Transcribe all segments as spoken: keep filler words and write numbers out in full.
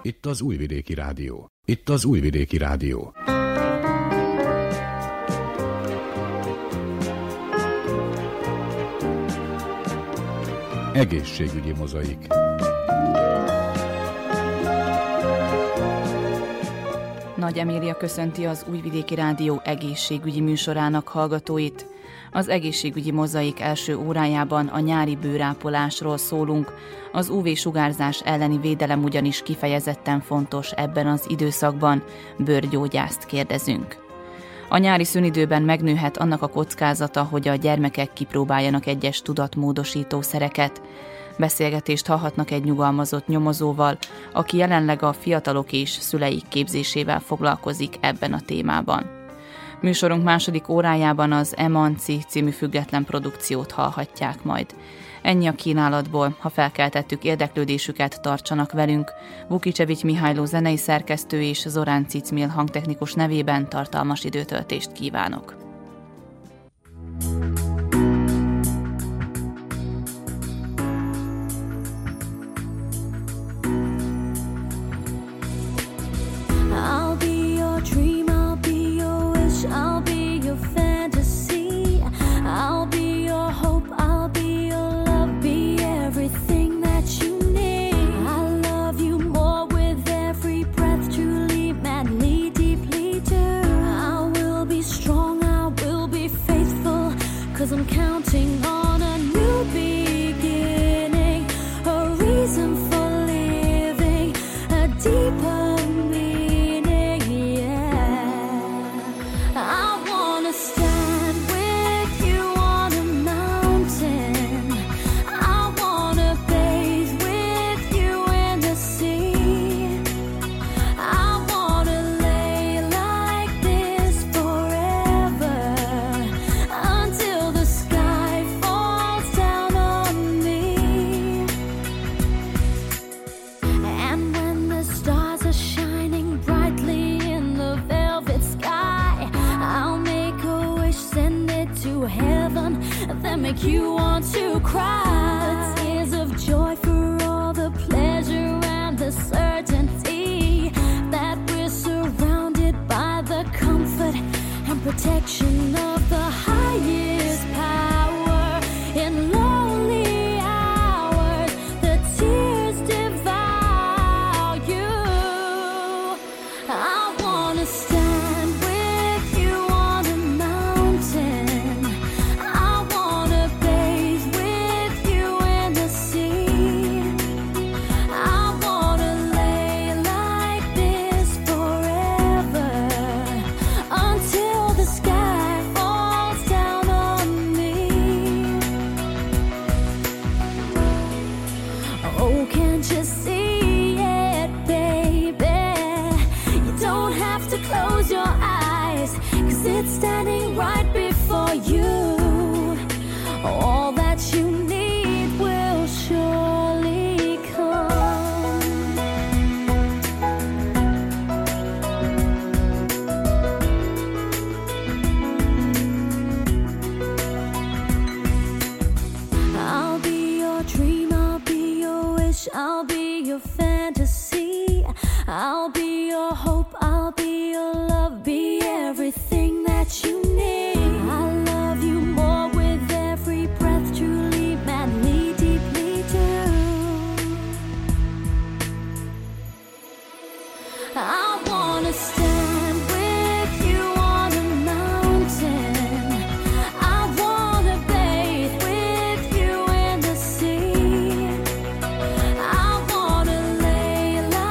Itt az Újvidéki Rádió. Itt az Újvidéki Rádió. Egészségügyi mozaik. Nagy Emília köszönti az Újvidéki Rádió egészségügyi műsorának hallgatóit. Az egészségügyi mozaik első órájában a nyári bőrápolásról szólunk. Az ú vé-sugárzás elleni védelem ugyanis kifejezetten fontos ebben az időszakban. Bőrgyógyászt kérdezünk. A nyári szünidőben megnőhet annak a kockázata, hogy a gyermekek kipróbáljanak egyes tudatmódosító szereket. Beszélgetést hallhatnak egy nyugalmazott nyomozóval, aki jelenleg a fiatalok és szüleik képzésével foglalkozik ebben a témában. Műsorunk második órájában az Emanci című független produkciót hallhatják majd. Ennyi a kínálatból, ha felkeltettük érdeklődésüket, tartsanak velünk. Vukicevics Mihályló zenei szerkesztő és Zorán Cicmil hangtechnikus nevében tartalmas időtöltést kívánok.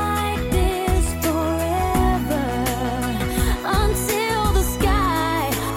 Until the sky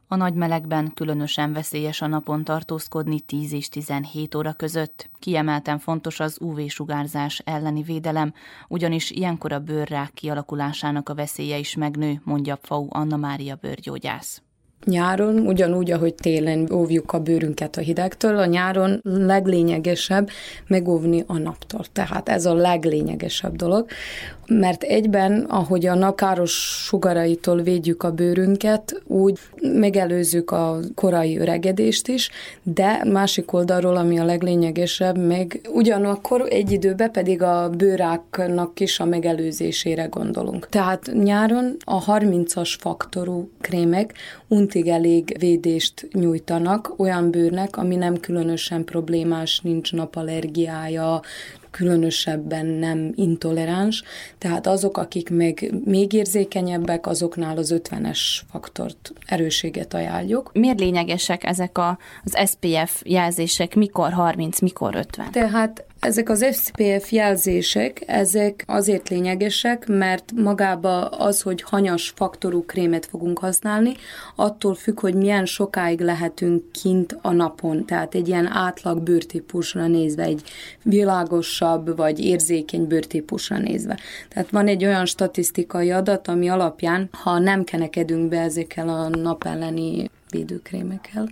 A nagy melegben különösen veszélyes a napon tartózkodni tíz és tizenhét óra között. Kiemelten fontos az ú vé-sugárzás elleni védelem, ugyanis ilyenkor a bőrrák kialakulásának a veszélye is megnő, mondja Pfau Anna Mária bőrgyógyász. Nyáron, ugyanúgy, ahogy télen óvjuk a bőrünket a hidegtől, a nyáron leglényegesebb megóvni a naptól. Tehát ez a leglényegesebb dolog, mert egyben, ahogy a nap káros sugaraitól védjük a bőrünket, úgy megelőzzük a korai öregedést is, de másik oldalról, ami a leglényegesebb, meg ugyanakkor egy időben pedig a bőráknak is a megelőzésére gondolunk. Tehát nyáron a harmincas faktorú krémek untig elég védést nyújtanak olyan bőrnek, ami nem különösen problémás, nincs napallergiája, különösebben nem intoleráns, tehát azok, akik meg még érzékenyebbek, azoknál az ötvenes faktort, erősséget ajánljuk. Miért lényegesek ezek a, az es pé ef jelzések, mikor harminc, mikor ötven? Tehát ezek az es pé ef jelzések, ezek azért lényegesek, mert magába az, hogy hanyas faktorú krémet fogunk használni, attól függ, hogy milyen sokáig lehetünk kint a napon. Tehát egy ilyen átlag bőrtípusra nézve, egy világosabb vagy érzékeny bőrtípusra nézve. Tehát van egy olyan statisztikai adat, ami alapján, ha nem kenekedünk be ezekkel a nap elleni védőkrémekkel,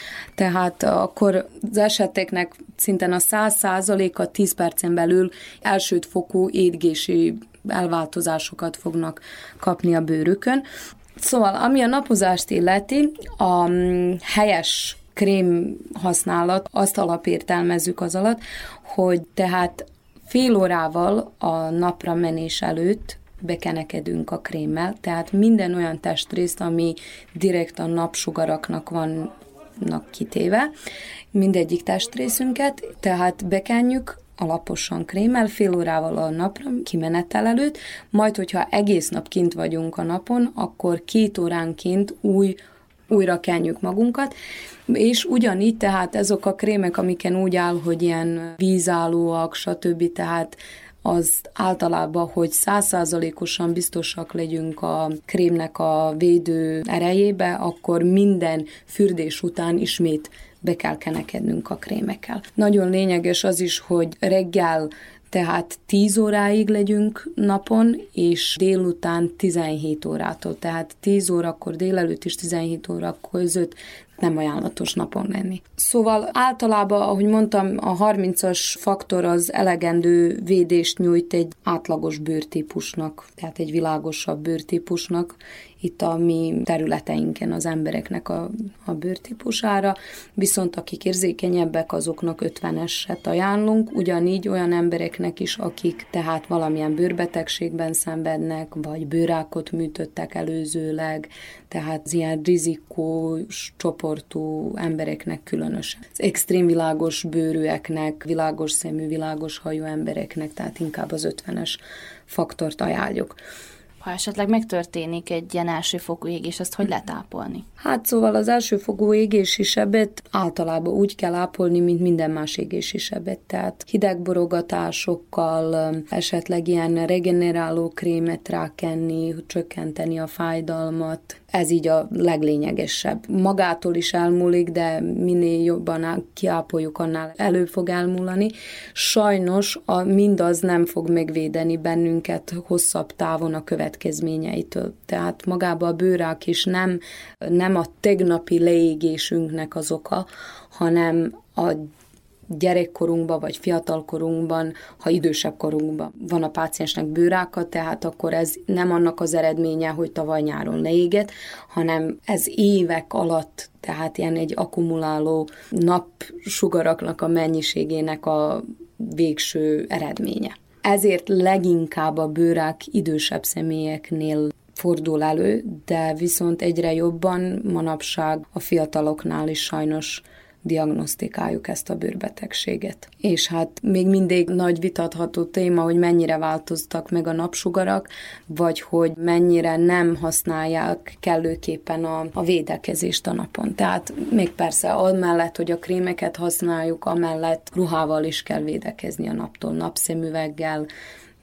tehát akkor az eseteknek szinten a száz százaléka tíz percen belül elsődfokú étgési elváltozásokat fognak kapni a bőrükön. Szóval, ami a napozást illeti, a helyes krém használat, azt alapértelmezzük az alatt, hogy tehát fél órával a napra menés előtt bekenekedünk a krémmel, tehát minden olyan testrészt, ami direkt a napsugaraknak vannak kitéve, mindegyik testrészünket, tehát bekenjük alaposan krémmel, fél órával a napra kimenetel előtt, majd, hogyha egész nap kint vagyunk a napon, akkor két óránként új újra kenjük magunkat, és ugyanígy tehát ezek a krémek, amiken úgy áll, hogy ilyen vízállóak, stb., tehát az általában, hogy száz százalékosan biztosak legyünk a krémnek a védő erejébe, akkor minden fürdés után ismét be kell kenekednünk a krémekkel. Nagyon lényeges az is, hogy reggel tehát tíz óráig legyünk napon, és délután tizenhét órától. Tehát tíz órakor délelőtt és tizenhét óra között nem ajánlatos napon lenni. Szóval általában, ahogy mondtam, a harmincas faktor az elegendő védést nyújt egy átlagos bőrtípusnak, tehát egy világosabb bőrtípusnak, itt a mi területeinken az embereknek a, a bőrtípusára, viszont akik érzékenyebbek, azoknak ötveneset ajánlunk, ugyanígy olyan embereknek is, akik tehát valamilyen bőrbetegségben szenvednek, vagy bőrrákot műtöttek előzőleg, tehát az ilyen rizikós csoportú embereknek különösen. Az extrém világos bőrűeknek, világos szemű, világos hajú embereknek, tehát inkább az ötvenes faktort ajánljuk. Ha esetleg megtörténik egy ilyen elsőfokú égés, azt hogy lehet ápolni? Hát szóval az elsőfokú égési sebet általában úgy kell ápolni, mint minden más égési sebet. Tehát hidegborogatásokkal, esetleg ilyen regeneráló krémet rákenni, csökkenteni a fájdalmat. Ez így a leglényegesebb. Magától is elmúlik, de minél jobban kiápoljuk, annál előbb fog elmúlani. Sajnos a, mindaz nem fog megvédeni bennünket hosszabb távon a következményeitől. Tehát magába a bőrrák is nem, nem a tegnapi leégésünknek az oka, hanem a gyerekkorunkban vagy fiatalkorunkban, ha idősebb korunkban van a páciensnek bőrráka, tehát akkor ez nem annak az eredménye, hogy tavaly nyáron leégett, hanem ez évek alatt, tehát ilyen egy akkumuláló napsugaraknak a mennyiségének a végső eredménye. Ezért leginkább a bőrrák idősebb személyeknél fordul elő, de viszont egyre jobban manapság a fiataloknál is sajnos diagnosztikáljuk ezt a bőrbetegséget. És hát még mindig nagy vitatható téma, hogy mennyire változtak meg a napsugarak, vagy hogy mennyire nem használják kellőképpen a, a védekezést a napon. Tehát még persze amellett, hogy a krémeket használjuk, amellett ruhával is kell védekezni a naptól, napszemüveggel,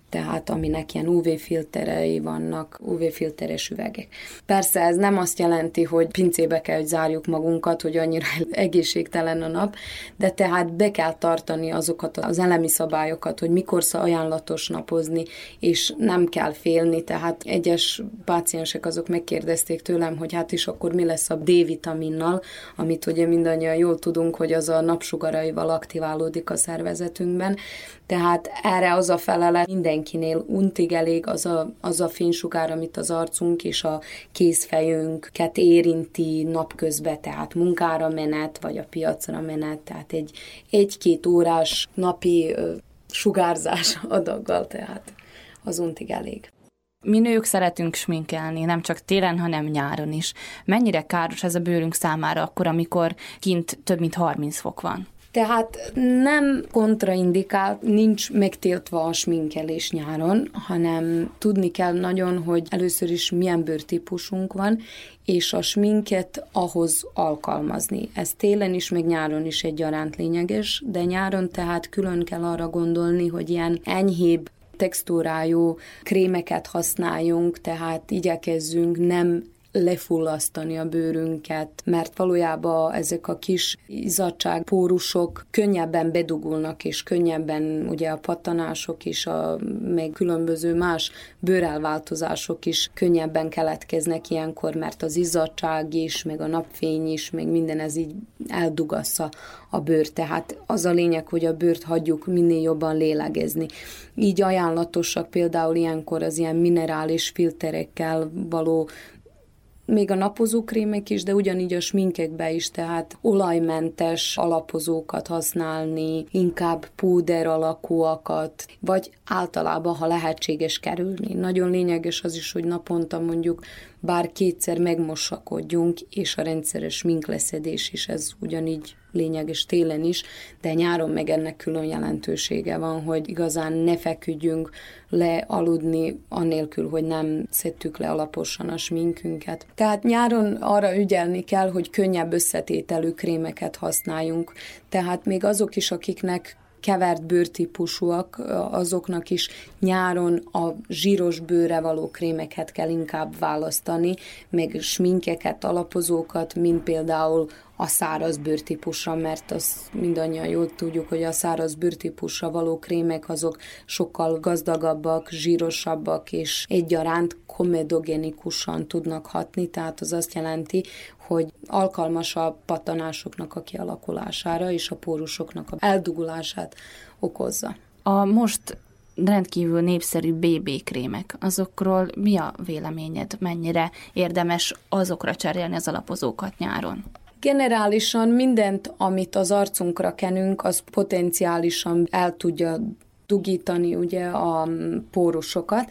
tehát aminek ilyen ú vé-filterei vannak, ú vé-filteres üvegek. Persze ez nem azt jelenti, hogy pincébe kell, hogy zárjuk magunkat, hogy annyira egészségtelen a nap, de tehát be kell tartani azokat az elemi szabályokat, hogy mikor ajánlatos napozni, és nem kell félni, tehát egyes páciensek azok megkérdezték tőlem, hogy hát is akkor mi lesz a D-vitaminnal, amit ugye mindannyian jól tudunk, hogy az a napsugaraival aktiválódik a szervezetünkben, tehát erre az a felelet mindenkinél untig elég az a, az a fénysugár, amit az arcunk és a kézfejünket érinti napközben, tehát munkára menet, vagy a piacra menet, tehát egy egy-két órás napi ö, sugárzás adaggal, tehát az untig elég. Mi nők szeretünk sminkelni, nem csak télen, hanem nyáron is. Mennyire káros ez a bőrünk számára akkor, amikor kint több mint harminc fok van? Tehát nem kontraindikált, nincs megtiltva a sminkelés nyáron, hanem tudni kell nagyon, hogy először is milyen bőrtípusunk van, és a sminket ahhoz alkalmazni. Ez télen is, meg nyáron is egyaránt lényeges, de nyáron tehát külön kell arra gondolni, hogy ilyen enyhébb textúrájú krémeket használjunk, tehát igyekezzünk nem lefullasztani a bőrünket, mert valójában ezek a kis izzadságpórusok könnyebben bedugulnak, és könnyebben ugye a pattanások is, a, meg különböző más bőrelváltozások is könnyebben keletkeznek ilyenkor, mert az izzadság is, meg a napfény is, meg minden ez így eldugassza a bőrt. Tehát az a lényeg, hogy a bőrt hagyjuk minél jobban lélegezni. Így ajánlatosak például ilyenkor az ilyen minerális filterekkel való még a napozókrémek is, de ugyanígy a sminkekbe is, tehát olajmentes alapozókat használni, inkább púder alakúakat, vagy általában, ha lehetséges kerülni. Nagyon lényeges az is, hogy naponta mondjuk bár kétszer megmosakodjunk, és a rendszeres sminkleszedés is, ez ugyanígy lényeges télen is, de nyáron meg ennek külön jelentősége van, hogy igazán ne feküdjünk le aludni, annélkül, hogy nem szedtük le alaposan a sminkünket. Tehát nyáron arra ügyelni kell, hogy könnyebb összetételű krémeket használjunk. Tehát még azok is, akiknek kevert bőrtípusúak, azoknak is nyáron a zsíros bőrre való krémeket kell inkább választani, meg sminkeket, alapozókat, mint például a száraz bőrtípusra, mert azt mindannyian jól tudjuk, hogy a száraz bőrtípusra való krémek azok sokkal gazdagabbak, zsírosabbak, és egyaránt komedogenikusan tudnak hatni, tehát az azt jelenti, hogy alkalmas a pattanásoknak a kialakulására és a pórusoknak a eldugulását okozza. A most rendkívül népszerű bé bé krémek, azokról mi a véleményed? Mennyire érdemes azokra cserélni az alapozókat nyáron? Generálisan mindent, amit az arcunkra kenünk, az potenciálisan el tudja dugítani ugye a pórusokat,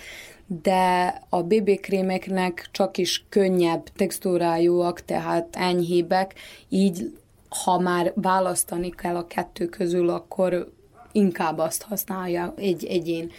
de a bé bé krémeknek csak is könnyebb textúrájúak, tehát enyhébbek, így ha már választani kell a kettő közül, akkor inkább azt használja egy egyén.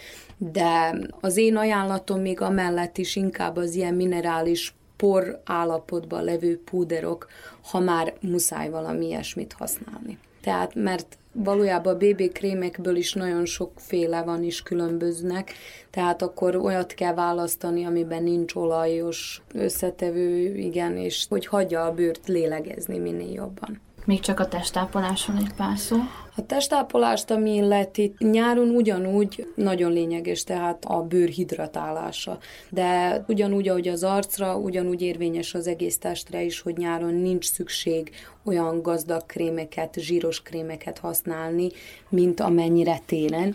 De az én ajánlatom még amellett is inkább az ilyen minerális por állapotban levő púderok, ha már muszáj valami ilyesmit használni. Tehát, mert valójában a bé bé krémekből is nagyon sokféle van, is különböznek, tehát akkor olyat kell választani, amiben nincs olajos összetevő, igen, és hogy hagyja a bőrt lélegezni minél jobban. Még csak a testápolásról egy pár szó. A testápolást, ami illeti, nyáron ugyanúgy nagyon lényeges, tehát a bőr hidratálása. De ugyanúgy, ahogy az arcra, ugyanúgy érvényes az egész testre is, hogy nyáron nincs szükség olyan gazdag krémeket, zsíros krémeket használni, mint amennyire télen.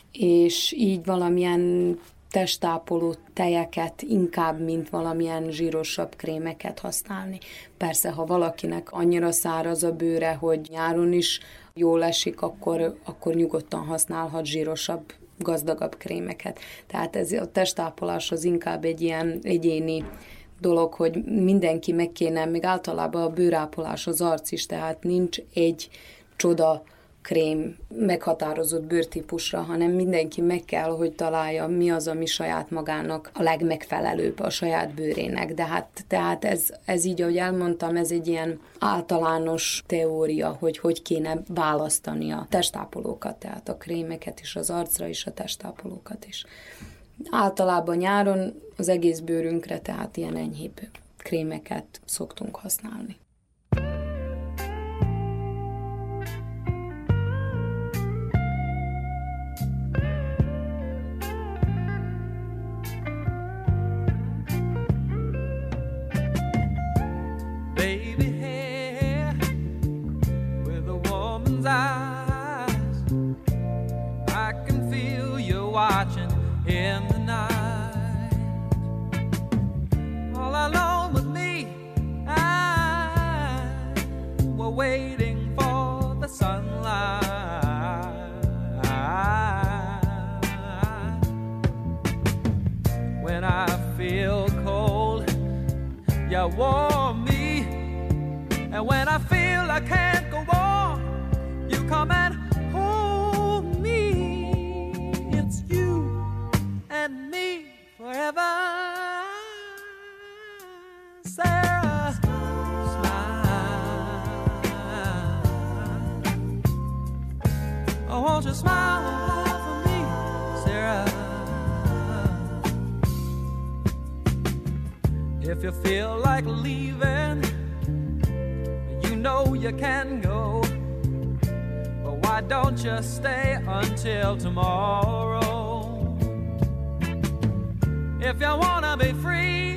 És így valamilyen testápoló tejeket inkább, mint valamilyen zsírosabb krémeket használni. Persze, ha valakinek annyira száraz a bőre, hogy nyáron is jól esik, akkor, akkor nyugodtan használhat zsírosabb, gazdagabb krémeket. Tehát ez a testápolás az inkább egy ilyen egyéni dolog, hogy mindenki meg kéne, még általában a bőrápolás az arc is, tehát nincs egy csoda krém meghatározott bőrtípusra, hanem mindenki meg kell, hogy találja, mi az, ami saját magának a legmegfelelőbb a saját bőrének. De hát, tehát ez, ez így, ahogy elmondtam, ez egy ilyen általános teória, hogy hogy kéne választani a testápolókat, tehát a krémeket is, az arcra is, a testápolókat is. Általában nyáron az egész bőrünkre, tehát ilyen enyhébb krémeket szoktunk használni. Baby hair with a woman's eyes, I can feel you watching in the night, all alone with me. I were waiting for the sunlight. When I feel cold, you warm me, and when I feel I can't go on, you come and hold me. It's you and me forever. Sarah, smile. Oh, won't you smile for me, Sarah? If you feel like leaving, you know you can go, but why don't you stay until tomorrow? If you wanna be free,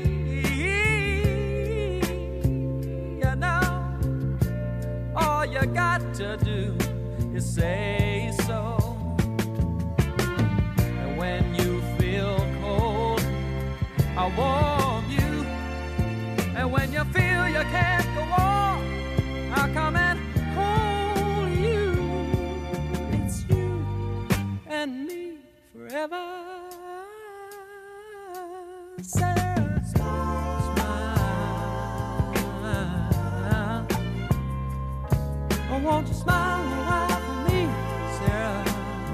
you know, all you got to do is say so. And when you feel cold, I warm you, and when you feel you can't go on, I'll come and hold you. It's you and me forever. Sarah, smile. Oh, won't you smile a while for me, Sarah?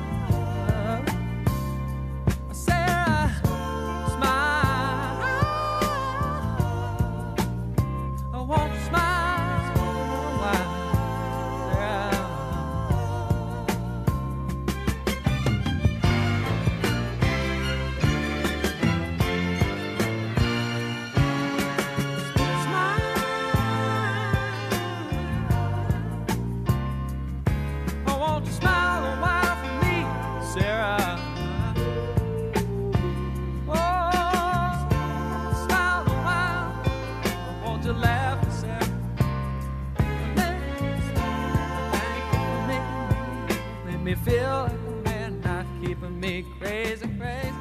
Sarah, smile. Oh, won't you smile a while, Sarah? Me feel like a man, not keeping me crazy, crazy.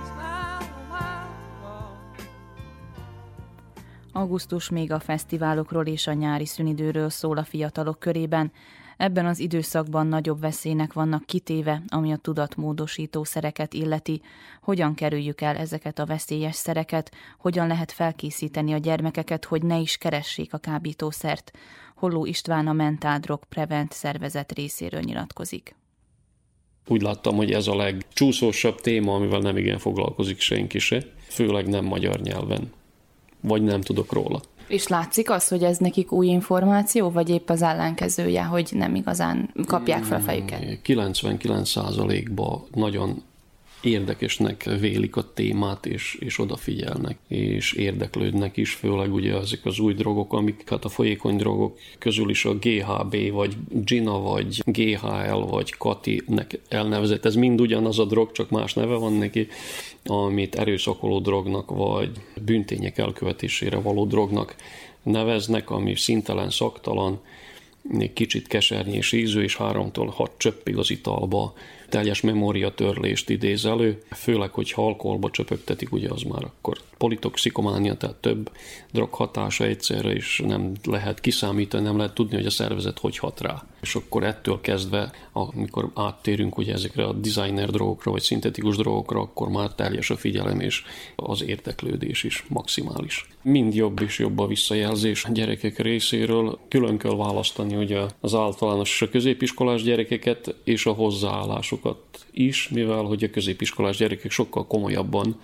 Augusztus még a fesztiválokról és a nyári szünidőről szól a fiatalok körében. Ebben az időszakban nagyobb veszélynek vannak kitéve, ami a tudatmódosító szereket illeti. Hogyan kerüljük el ezeket a veszélyes szereket, hogyan lehet felkészíteni a gyermekeket, hogy ne is keressék a kábítószert. Holló István a Mental Drog Prevent szervezet részéről nyilatkozik. Úgy láttam, hogy ez a legcsúszósabb téma, amivel nem igen foglalkozik senki se, főleg nem magyar nyelven, vagy nem tudok róla. És látszik az, hogy ez nekik új információ, vagy épp az ellenkezője, hogy nem igazán kapják fel a fejüket? kilencvenkilenc százalékban nagyon érdekesnek vélik a témát, és, és odafigyelnek, és érdeklődnek is, főleg ugye ezek az új drogok, amik hát a folyékony drogok közül is a gé há bé, vagy Gina, vagy gé há el, vagy Kati-nek elnevezett. Ez mind ugyanaz a drog, csak más neve van neki, amit erőszakoló drognak, vagy bűntények elkövetésére való drognak neveznek, ami szintelen, szaktalan, kicsit kesernyés ízű, és háromtól hat csöppig az italba teljes memóriatörlést idéz elő, főleg, hogyha alkoholba csöpögtetik, ugye az már akkor politoxikománia, tehát több drog hatása egyszerre is nem lehet kiszámítani, nem lehet tudni, hogy a szervezet hogy hat rá. És akkor ettől kezdve, amikor áttérünk ugye ezekre a designer drogokra, vagy szintetikus drogokra, akkor már teljes a figyelem, és az érdeklődés is maximális. Mind jobb és jobb a visszajelzés a gyerekek részéről. Külön kell választani ugye az általános és a középiskolás gyerekeket, és a hozzáállásukat is, mivel hogy a középiskolás gyerekek sokkal komolyabban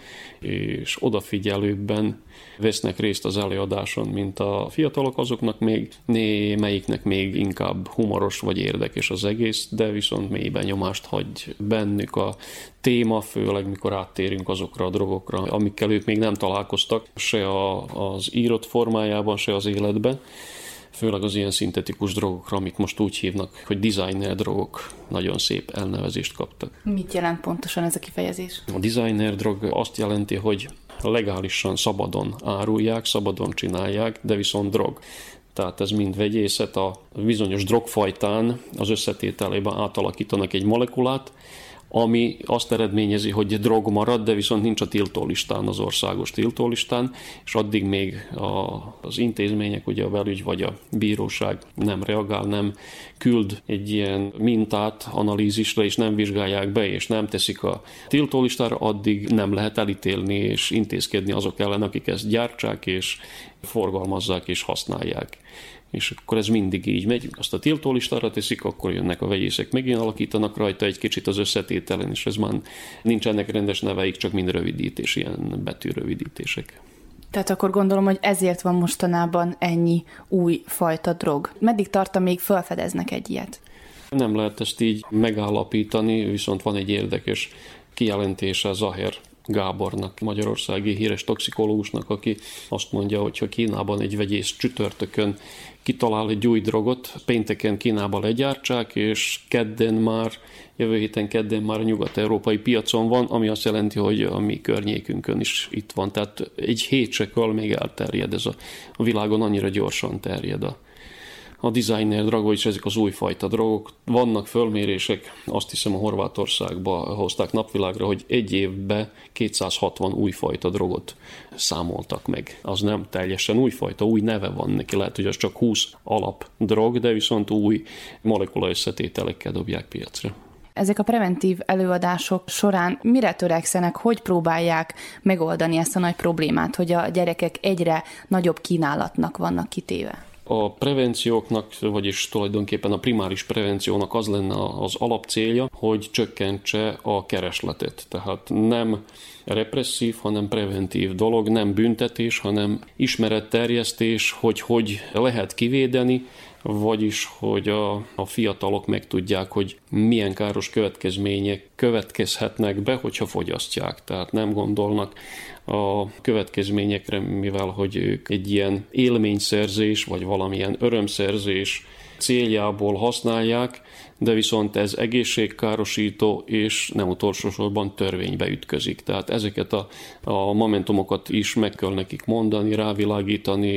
és odafigyelőbben vesznek részt az előadáson, mint a fiatalok, azoknak még némelyiknek még inkább humoros vagy érdekes az egész, de viszont mély benyomást hagy bennük a téma, főleg mikor áttérünk azokra a drogokra, amikkel ők még nem találkoztak, se a, az írott formájában, se az életben. Főleg az ilyen szintetikus drogokra, amit most úgy hívnak, hogy designer drogok, nagyon szép elnevezést kaptak. Mit jelent pontosan ez a kifejezés? A designer drog azt jelenti, hogy legálisan, szabadon árulják, szabadon csinálják, de viszont drog. Tehát ez mind vegyészet, a bizonyos drogfajtán az összetételében átalakítanak egy molekulát, ami azt eredményezi, hogy drog marad, de viszont nincs a tiltólistán, az országos tiltólistán, és addig még a, az intézmények, ugye a belügy vagy a bíróság nem reagál, nem küld egy ilyen mintát analízisre, és nem vizsgálják be, és nem teszik a tiltólistára, addig nem lehet elítélni és intézkedni azok ellen, akik ezt gyártsák, és forgalmazzák, és használják. És akkor ez mindig így megy, azt a tiltólistára teszik, akkor jönnek a vegyészek, megint alakítanak rajta egy kicsit az összetételen, és ez már nincs ennek rendes neveik, csak mind rövidítés, ilyen betűrövidítések. Tehát akkor gondolom, hogy ezért van mostanában ennyi új fajta drog. Meddig tart, amíg felfedeznek egy ilyet? Nem lehet ezt így megállapítani, viszont van egy érdekes kijelentése Zaher Gábornak, magyarországi híres toxikológusnak, aki azt mondja, hogy ha Kínában egy vegyész csütörtökön kitalál egy új drogot, pénteken Kínába legyártsák, és kedden már, jövő héten kedden már a nyugat-európai piacon van, ami azt jelenti, hogy a mi környékünkön is itt van. Tehát egy hét se kell, még elterjed ez a, a világon, annyira gyorsan terjed a A designer drogok is, ezek az újfajta drogok. Vannak fölmérések, azt hiszem a Horvátországba hozták napvilágra, hogy egy évben kétszázhatvan újfajta drogot számoltak meg. Az nem teljesen újfajta, új neve van neki, lehet, hogy az csak húsz alap drog, de viszont új molekula összetételekkel dobják piacra. Ezek a preventív előadások során mire törekszenek, hogy próbálják megoldani ezt a nagy problémát, hogy a gyerekek egyre nagyobb kínálatnak vannak kitéve? A prevencióknak, vagyis tulajdonképpen a primáris prevenciónak az lenne az alapcélja, hogy csökkentse a keresletet. Tehát nem represszív, hanem preventív dolog, nem büntetés, hanem ismeretterjesztés, hogy hogy lehet kivédeni, vagyis hogy a, a fiatalok megtudják, hogy milyen káros következmények következhetnek be, hogyha fogyasztják. Tehát nem gondolnak a következményekre, mivel hogy ők egy ilyen élményszerzés, vagy valamilyen örömszerzés céljából használják, de viszont ez egészségkárosító, és nem utolsó sorban törvénybe ütközik. Tehát ezeket a, a momentumokat is meg kell nekik mondani, rávilágítani,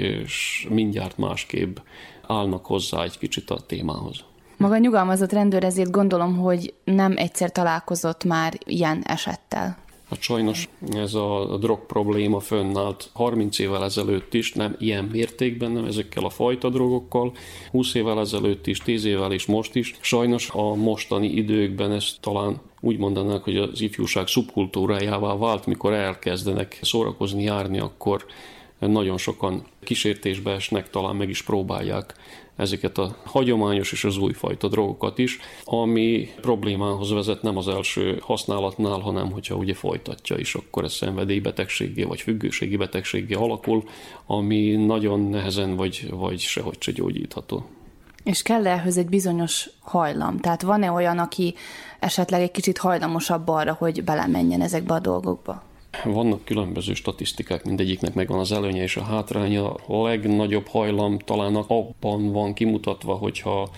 és mindjárt másképp állnak hozzá egy kicsit a témához. Maga nyugalmazott rendőr, ezért gondolom, hogy nem egyszer találkozott már ilyen esettel. Hát sajnos ez a drog probléma fönnállt harminc évvel ezelőtt is, nem ilyen mértékben, nem ezekkel a fajta drogokkal, húsz évvel ezelőtt is, tíz évvel és most is. Sajnos a mostani időkben ezt talán úgy mondanák, hogy az ifjúság szubkultúrájává vált, mikor elkezdenek szórakozni, járni, akkor nagyon sokan kísértésbe esnek, talán meg is próbálják ezeket a hagyományos és az újfajta drogokat is, ami problémához vezet nem az első használatnál, hanem hogyha ugye folytatja is, akkor ez szenvedélybetegséggé vagy függőségi betegséggé alakul, ami nagyon nehezen vagy, vagy sehogy se gyógyítható. És kell ehhez egy bizonyos hajlam? Tehát van-e olyan, aki esetleg egy kicsit hajlamosabb arra, hogy belemenjen ezekbe a dolgokba? Vannak különböző statisztikák, mindegyiknek megvan az előnye és a hátránya. A legnagyobb hajlam talán abban van kimutatva, hogyha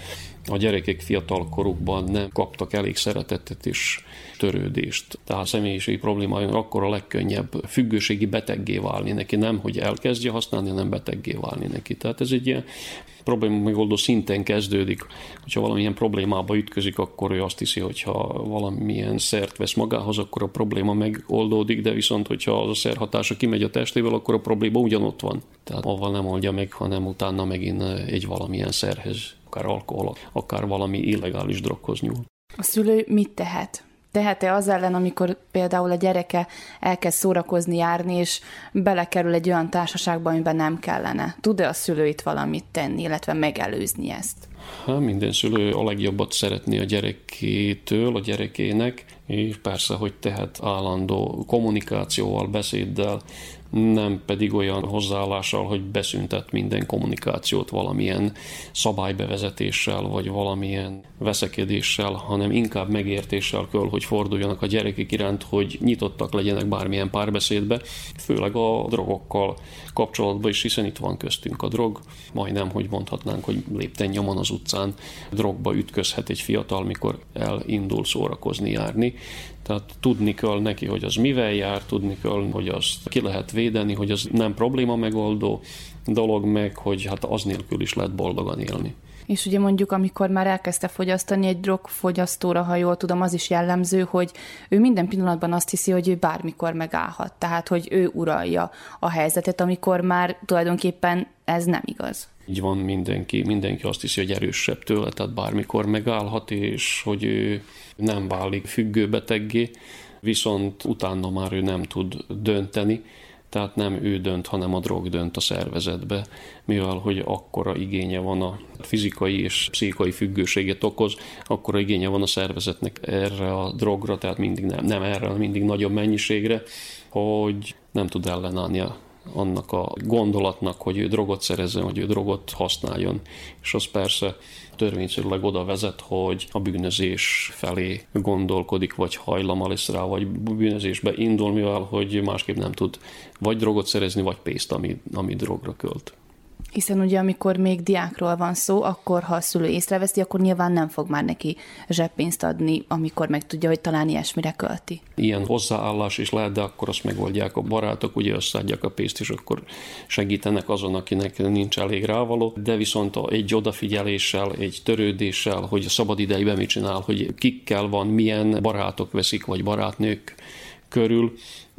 a gyerekek fiatal korukban nem kaptak elég szeretetet és törődést. Tehát a személyiségi problémájon akkor a legkönnyebb függőségi beteggé válni neki, nem hogy elkezdje használni, hanem beteggé válni neki. Tehát ez egy ilyen probléma megoldó szinten kezdődik. Hogyha valamilyen problémába ütközik, akkor ő azt hiszi, hogyha valamilyen szert vesz magához, akkor a probléma megoldódik, de viszont, hogyha az a szer hatása kimegy a testéből, akkor a probléma ugyanott van. Tehát avval nem oldja meg, hanem utána megint egy valamilyen szerhez, akár alkohol, akár valami illegális droghoz nyúl. A szülő mit tehet? Tehet-e az ellen, amikor például a gyereke elkezd szórakozni, járni, és belekerül egy olyan társaságba, amiben nem kellene? Tud-e a szülő itt valamit tenni, illetve megelőzni ezt? Hát minden szülő a legjobbat szeretné a gyerekétől, a gyerekének, és persze, hogy tehet állandó kommunikációval, beszéddel, nem pedig olyan hozzáállással, hogy beszüntet minden kommunikációt valamilyen szabálybevezetéssel, vagy valamilyen veszekedéssel, hanem inkább megértéssel kell, hogy forduljanak a gyerekek iránt, hogy nyitottak legyenek bármilyen párbeszédbe, főleg a drogokkal kapcsolatban is, hiszen itt van köztünk a drog. Majdnem, hogy mondhatnánk, hogy lépten nyomon az utcán drogba ütközhet egy fiatal, mikor elindul szórakozni, járni. Tehát tudni kell neki, hogy az mivel jár, tudni kell, hogy azt ki lehet védeni, hogy az nem probléma megoldó dolog, meg hogy hát az nélkül is lehet boldogan élni. És ugye mondjuk, amikor már elkezdte fogyasztani egy drogfogyasztóra, ha jól tudom, az is jellemző, hogy ő minden pillanatban azt hiszi, hogy ő bármikor megállhat. Tehát, hogy ő uralja a helyzetet, amikor már tulajdonképpen ez nem igaz. Így van, mindenki, mindenki azt hiszi, hogy erősebb tőle, tehát bármikor megállhat, és hogy ő nem válik függőbeteggé, viszont utána már ő nem tud dönteni, tehát nem ő dönt, hanem a drog dönt a szervezetbe, mivel hogy akkora igénye van a fizikai és pszichikai függőséget okoz, akkora igénye van a szervezetnek erre a drogra, tehát mindig nem, nem erre, hanem mindig nagyobb mennyiségre, hogy nem tud ellenállni annak a gondolatnak, hogy ő drogot szerezzen, hogy ő drogot használjon. És az persze törvényszerűleg oda vezet, hogy a bűnözés felé gondolkodik, vagy hajlama lesz rá, vagy bűnözésbe indul, mivel hogy másképp nem tud vagy drogot szerezni, vagy pénzt, ami, ami drogra költ. Hiszen ugye amikor még diákról van szó, akkor ha a szülő észreveszi, akkor nyilván nem fog már neki zseppénzt adni, amikor megtudja, hogy talán ilyesmire költi. Ilyen hozzáállás is lehet, de akkor azt megoldják a barátok, ugye összeadják a pénzt, és akkor segítenek azon, akinek nincs elég rávaló, de viszont egy odafigyeléssel, egy törődéssel, hogy a szabad idejében mit csinál, hogy kikkel van, milyen barátok veszik, vagy barátnők körül,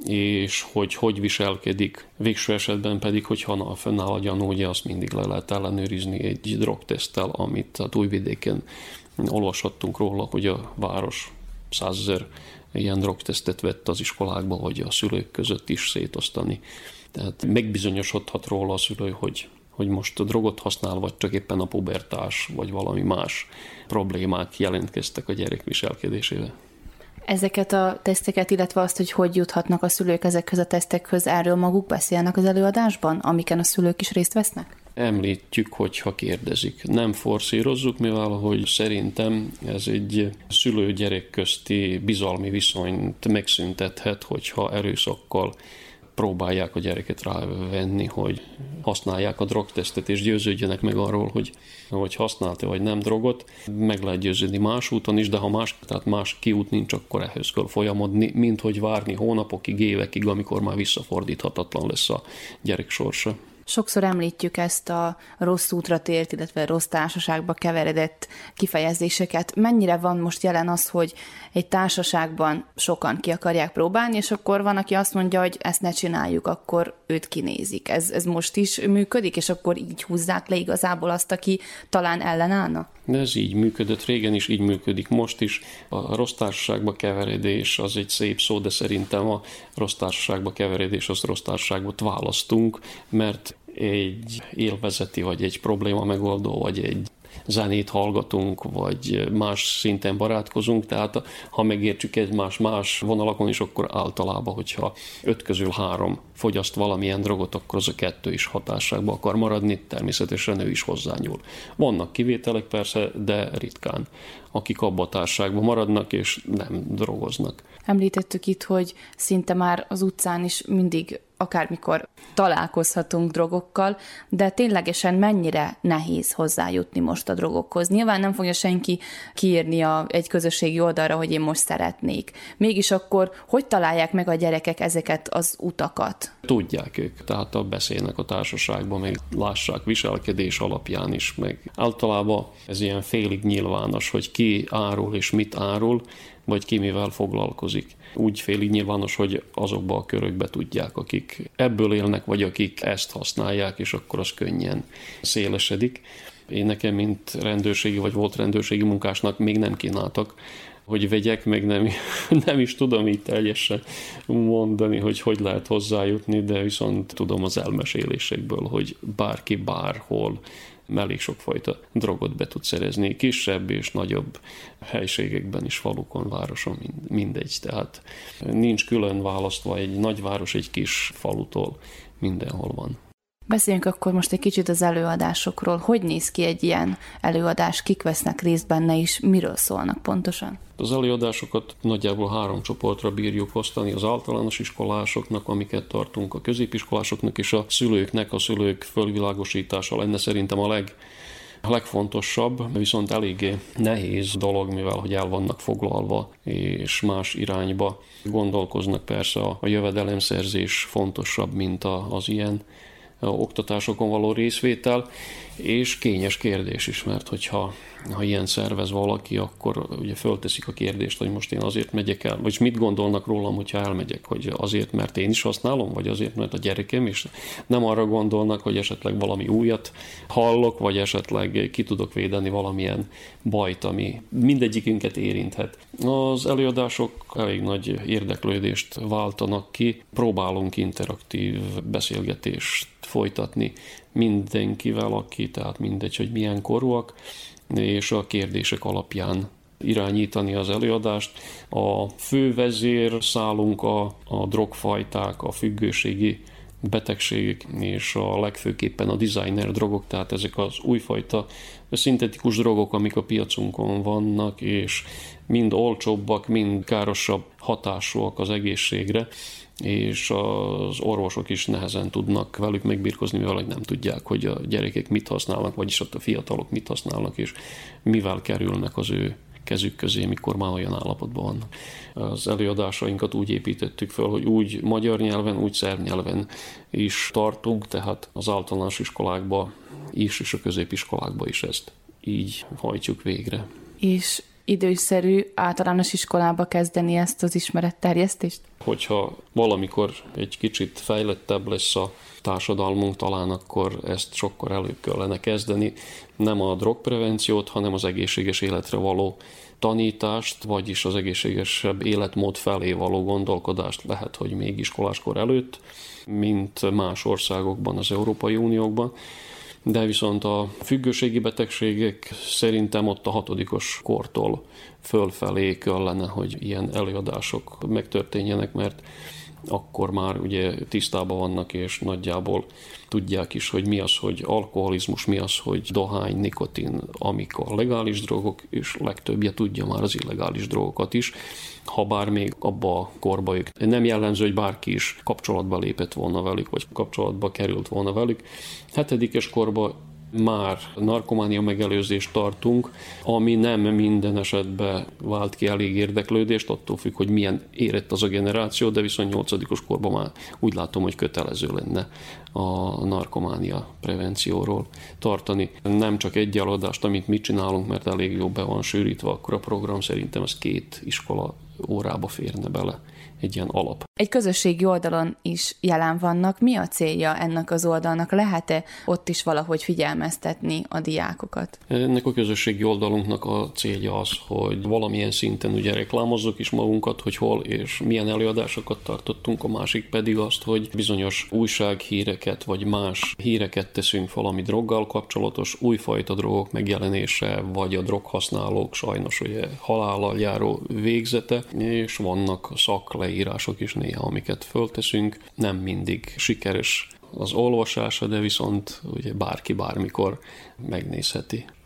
és hogy hogy viselkedik. Végső esetben pedig, hogyha fönnáll a gyanú, ugye azt mindig le lehet ellenőrizni egy drogteszttel, amit a Újvidéken olvashattunk róla, hogy a város százezer ilyen drogtesztet vett az iskolákba, hogy a szülők között is szétosztani. Tehát megbizonyosodhat róla a szülő, hogy, hogy most a drogot használ, vagy csak éppen a pubertás, vagy valami más problémák jelentkeztek a gyerek viselkedésével. Ezeket a teszteket, illetve azt, hogy hogy juthatnak a szülők ezekhez a tesztekhez, erről maguk beszélnek az előadásban, amiken a szülők is részt vesznek? Említjük, hogyha kérdezik. Nem forszírozzuk, mivel hogy szerintem ez egy szülő-gyerek közti bizalmi viszonyt megszüntethet, hogyha erőszakkal próbálják a gyereket rávenni, hogy használják a drogtesztet, és győződjenek meg arról, hogy, hogy használta vagy nem drogot. Meg lehet győződni más úton is, de ha más, tehát más kiút nincs, akkor ehhez kell folyamodni, mint hogy várni hónapokig, évekig, amikor már visszafordíthatatlan lesz a gyerek sorsa. Sokszor említjük ezt a rossz útra tért, illetve rossz társaságba keveredett kifejezéseket. Mennyire van most jelen az, hogy egy társaságban sokan ki akarják próbálni, és akkor van, aki azt mondja, hogy ezt ne csináljuk, akkor őt kinézik. Ez, ez most is működik, és akkor így húzzák le igazából azt, aki talán ellenállna? De ez így működött régen is, így működik most is. A rossz társaságba keveredés az egy szép szó, de szerintem a rossz társaságba keveredés, az rossz társaságot választunk, mert egy élvezeti, vagy egy probléma megoldó, vagy egy zenét hallgatunk, vagy más szinten barátkozunk, tehát ha megértsük egymás más vonalakon is, akkor általában, hogyha öt közül három fogyaszt valamilyen drogot, akkor az a kettő is hatásságban akar maradni, természetesen ő is hozzányúl. Vannak kivételek persze, de ritkán, akik abba a társaságban maradnak és nem drogoznak. Említettük itt, hogy szinte már az utcán is mindig akármikor találkozhatunk drogokkal, de ténylegesen mennyire nehéz hozzájutni most a drogokhoz. Nyilván nem fogja senki kiírni a, egy közösségi oldalra, hogy én most szeretnék. Mégis akkor hogy találják meg a gyerekek ezeket az utakat? Tudják ők, tehát a beszélnek a társaságban, meg lássák viselkedés alapján is, meg általában ez ilyen félig nyilvános, hogy ki árul és mit árul, vagy ki mivel foglalkozik. Úgy félig nyilvános, hogy azokba a körökbe tudják, akik ebből élnek, vagy akik ezt használják, és akkor az könnyen szélesedik. Én nekem, mint rendőrségi, vagy volt rendőrségi munkásnak még nem kínáltak, hogy vegyek, meg nem, nem is tudom így teljesen mondani, hogy hogy lehet hozzájutni, de viszont tudom az elmesélésekből, hogy bárki bárhol elég sokfajta drogot be tud szerezni, kisebb és nagyobb helységekben is, falukon, városon, mindegy. Tehát nincs külön választva egy nagyváros egy kis falutól, mindenhol van. Beszéljünk akkor most egy kicsit az előadásokról. Hogy néz ki egy ilyen előadás, kik vesznek részt benne is, miről szólnak pontosan? Az előadásokat nagyjából három csoportra bírjuk osztani, az általános iskolásoknak, amiket tartunk, a középiskolásoknak és a szülőknek. A szülők fölvilágosítása lenne szerintem a leg A legfontosabb, viszont eléggé nehéz dolog, mivel hogy el vannak foglalva, és más irányba gondolkoznak. Persze a jövedelemszerzés fontosabb, mint az ilyen oktatásokon való részvétel, és kényes kérdés is, mert hogyha ha ilyen szervez valaki, akkor ugye fölteszik a kérdést, hogy most én azért megyek el, vagy mit gondolnak rólam, hogyha elmegyek, hogy azért, mert én is használom, vagy azért, mert a gyerekem is. Nem arra gondolnak, hogy esetleg valami újat hallok, vagy esetleg ki tudok védeni valamilyen bajt, ami mindegyikünket érinthet. Az előadások elég nagy érdeklődést váltanak ki, próbálunk interaktív beszélgetést folytatni mindenkivel, aki, tehát mindegy, hogy milyen korúak, és a kérdések alapján irányítani az előadást. A fő vezérszálunk a, a drogfajták, a függőségi betegségek, és a legfőképpen a designer drogok, tehát ezek az újfajta szintetikus drogok, amik a piacunkon vannak, és mind olcsóbbak, mind károsabb hatásúak az egészségre, és az orvosok is nehezen tudnak velük megbirkózni, mivel nem tudják, hogy a gyerekek mit használnak, vagyis a fiatalok mit használnak, és mivel kerülnek az ő kezük közé, mikor már olyan állapotban vannak. Az előadásainkat úgy építettük fel, hogy úgy magyar nyelven, úgy szerb nyelven is tartunk, tehát az általános iskolákba is, és a középiskolákba is ezt így hajtjuk végre. És időszerű általános iskolába kezdeni ezt az ismeretterjesztést? Hogyha valamikor egy kicsit fejlettebb lesz a társadalmunk, talán akkor ezt sokkal előbb kellene kezdeni. Nem a drogprevenciót, hanem az egészséges életre való tanítást, vagyis az egészségesebb életmód felé való gondolkodást lehet, hogy még iskoláskor előtt, mint más országokban, az Európai Uniókban. De viszont a függőségi betegségek szerintem ott a hatodikos kortól fölfelé kellene, hogy ilyen előadások megtörténjenek, mert akkor már ugye tisztában vannak, és nagyjából tudják is, hogy mi az, hogy alkoholizmus, mi az, hogy dohány, nikotin, amik a legális drogok, és legtöbbje tudja már az illegális drogokat is, ha bár még abba a korba ők. Nem jellemző, hogy bárki is kapcsolatba lépett volna velük, vagy kapcsolatba került volna velük. Hetedikes korba már narkománia megelőzést tartunk, ami nem minden esetben vált ki elég érdeklődést, attól függ, hogy milyen érett az a generáció, de viszont nyolcadikos korban már úgy látom, hogy kötelező lenne a narkománia prevencióról tartani. Nem csak egy előadást, amit mi csinálunk, mert elég jó be van sűrítve, akkor a program szerintem ez két iskola órába férne bele, egy ilyen alap. Egy közösségi oldalon is jelen vannak. Mi a célja ennek az oldalnak? Lehet-e ott is valahogy figyelmeztetni a diákokat? Ennek a közösségi oldalunknak a célja az, hogy valamilyen szinten ugye reklámozzuk is magunkat, hogy hol és milyen előadásokat tartottunk, a másik pedig azt, hogy bizonyos újsághíreket vagy más híreket teszünk valami droggal kapcsolatos, újfajta drogok megjelenése, vagy a droghasználók sajnos ugye halállal járó végzete, és vannak szakleírások is néha, amiket fölteszünk. Nem mindig sikeres az olvasása, de viszont ugye bárki bármikor megnézheti.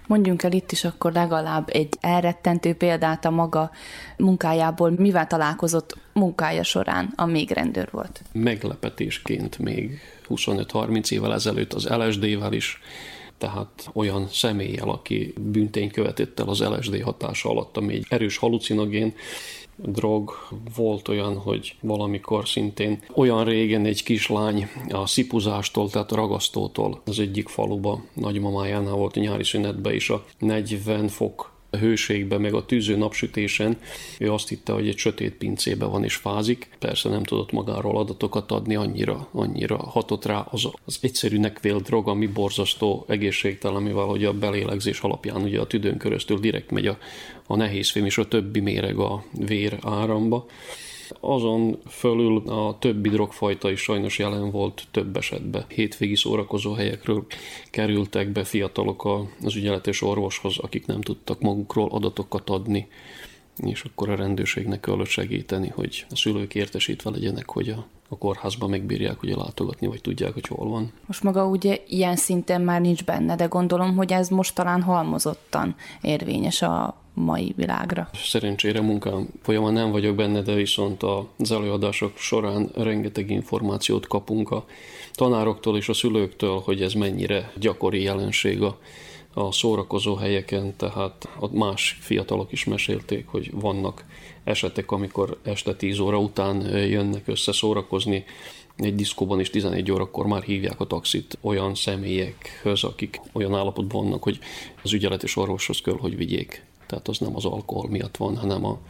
Mondjunk el itt is akkor legalább egy elrettentő példát a maga munkájából. Mivel találkozott munkája során, amíg rendőr volt? Meglepetésként még huszonöt-harminc évvel ezelőtt az el es dé-vel is, tehát olyan személlyel, aki bűntényt követett el az el es dé hatása alatt, ami egy erős halucinogén drog. Volt olyan, hogy valamikor szintén olyan régen egy kislány a szipuzástól, tehát a ragasztótól az egyik faluba, nagymamájánál volt a nyári szünetben is a negyven fok hőségben, meg a tűző napsütésen. Ő azt hitte, hogy egy sötét pincében van és fázik. Persze nem tudott magáról adatokat adni, annyira, annyira hatott rá az, az egyszerűnek vélt drog, ami borzasztó egészségtelen, mivel hogy a belélegzés alapján ugye a tüdőn keresztül direkt megy a, a nehézfém és a többi méreg a vér áramba. Azon fölül a többi drogfajta is sajnos jelen volt több esetben. Hétvégi szórakozó helyekről kerültek be fiatalok az ügyeletes orvoshoz, akik nem tudtak magukról adatokat adni, és akkor a rendőrségnek kellett segíteni, hogy a szülők értesítve legyenek, hogy a, a kórházban megbírják ugye látogatni, vagy tudják, hogy hol van. Most maga ugye ilyen szinten már nincs benne, de gondolom, hogy ez most talán halmozottan érvényes a mai világra. Szerencsére munkám folyamán nem vagyok benne, de viszont az előadások során rengeteg információt kapunk a tanároktól és a szülőktől, hogy ez mennyire gyakori jelenség a, a szórakozó helyeken, tehát a más fiatalok is mesélték, hogy vannak esetek, amikor este tíz óra után jönnek össze szórakozni, egy diszkóban is tizenegy órakor már hívják a taxit olyan személyekhez, akik olyan állapotban vannak, hogy az ügyeletes orvoshoz kell, hogy vigyék. Tehát az nem az alkohol miatt van, hanem a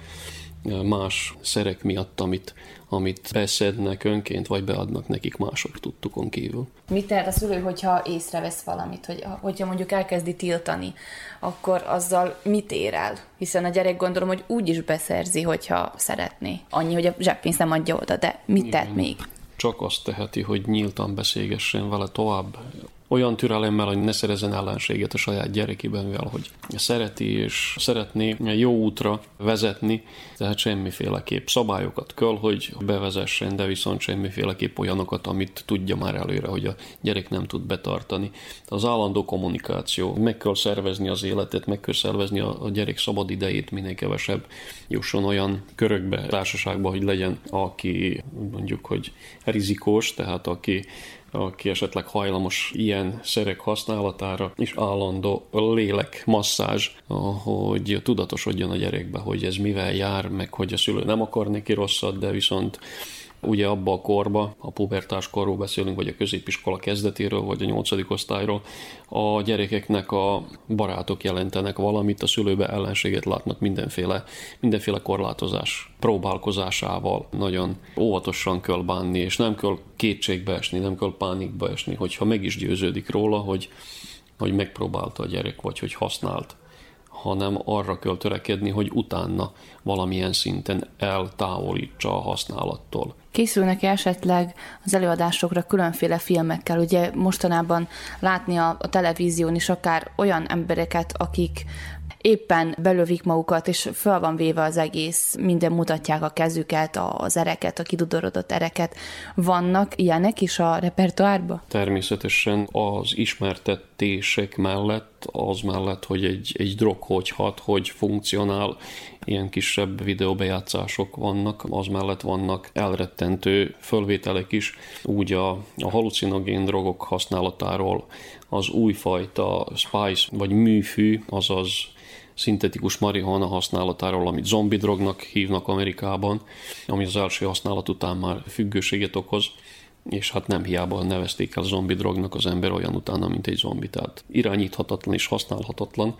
más szerek miatt, amit, amit beszednek önként, vagy beadnak nekik mások tudtukon kívül. Mit tehet a szülő, hogyha észrevesz valamit, hogy, hogyha mondjuk elkezdi tiltani, akkor azzal mit ér el? Hiszen a gyerek gondolom, hogy úgy is beszerzi, hogyha szeretné. Annyi, hogy a zseppénzt nem adja oda, de mit tehet még? Csak azt teheti, hogy nyíltan beszélgessen vele tovább. Olyan türelemmel, hogy ne szerezzen ellenséget a saját gyerekében, mivel hogy szereti és szeretné jó útra vezetni, tehát semmiféleképp szabályokat kell, hogy bevezessen, de viszont semmiféleképp olyanokat, amit tudja már előre, hogy a gyerek nem tud betartani. Az állandó kommunikáció, meg kell szervezni az életet, meg kell szervezni a gyerek szabad idejét, minél kevesebb jusson olyan körökbe, társaságba, hogy legyen, aki mondjuk, hogy rizikós, tehát aki aki esetleg hajlamos ilyen szerek használatára, és állandó lélekmasszázs, hogy tudatosodjon a gyerekbe, hogy ez mivel jár, meg hogy a szülő nem akar neki rosszat, de viszont ugye abba a korba, a pubertás korról beszélünk, vagy a középiskola kezdetéről, vagy a nyolcadik osztályról, a gyerekeknek a barátok jelentenek valamit, a szülőbe ellenséget látnak mindenféle, mindenféle korlátozás próbálkozásával. Nagyon óvatosan kell bánni, és nem kell kétségbe esni, nem kell pánikba esni, hogyha meg is győződik róla, hogy, hogy megpróbálta a gyerek, vagy hogy használt, hanem arra kell törekedni, hogy utána valamilyen szinten eltávolítsa a használattól. Készülnek-e esetleg az előadásokra különféle filmekkel? Ugye mostanában látni a, a televízión is akár olyan embereket, akik éppen belövik magukat, és fel van véve az egész, minden mutatják a kezüket, az ereket, a kidudorodott ereket. Vannak ilyenek is a repertoárban? Természetesen az ismertetések mellett, az mellett, hogy egy, egy drog hogy hat, hogy funkcionál, ilyen kisebb videóbejátszások vannak, az mellett vannak elrettentő fölvételek is, úgy a, a halucinogén drogok használatáról, az újfajta spice vagy műfű, azaz szintetikus marihuana használatáról, amit zombi drognak hívnak Amerikában, ami az első használat után már függőséget okoz, és hát nem hiába nevezték el zombi drognak az ember olyan utána, mint egy zombi, tehát irányíthatatlan és használhatatlan.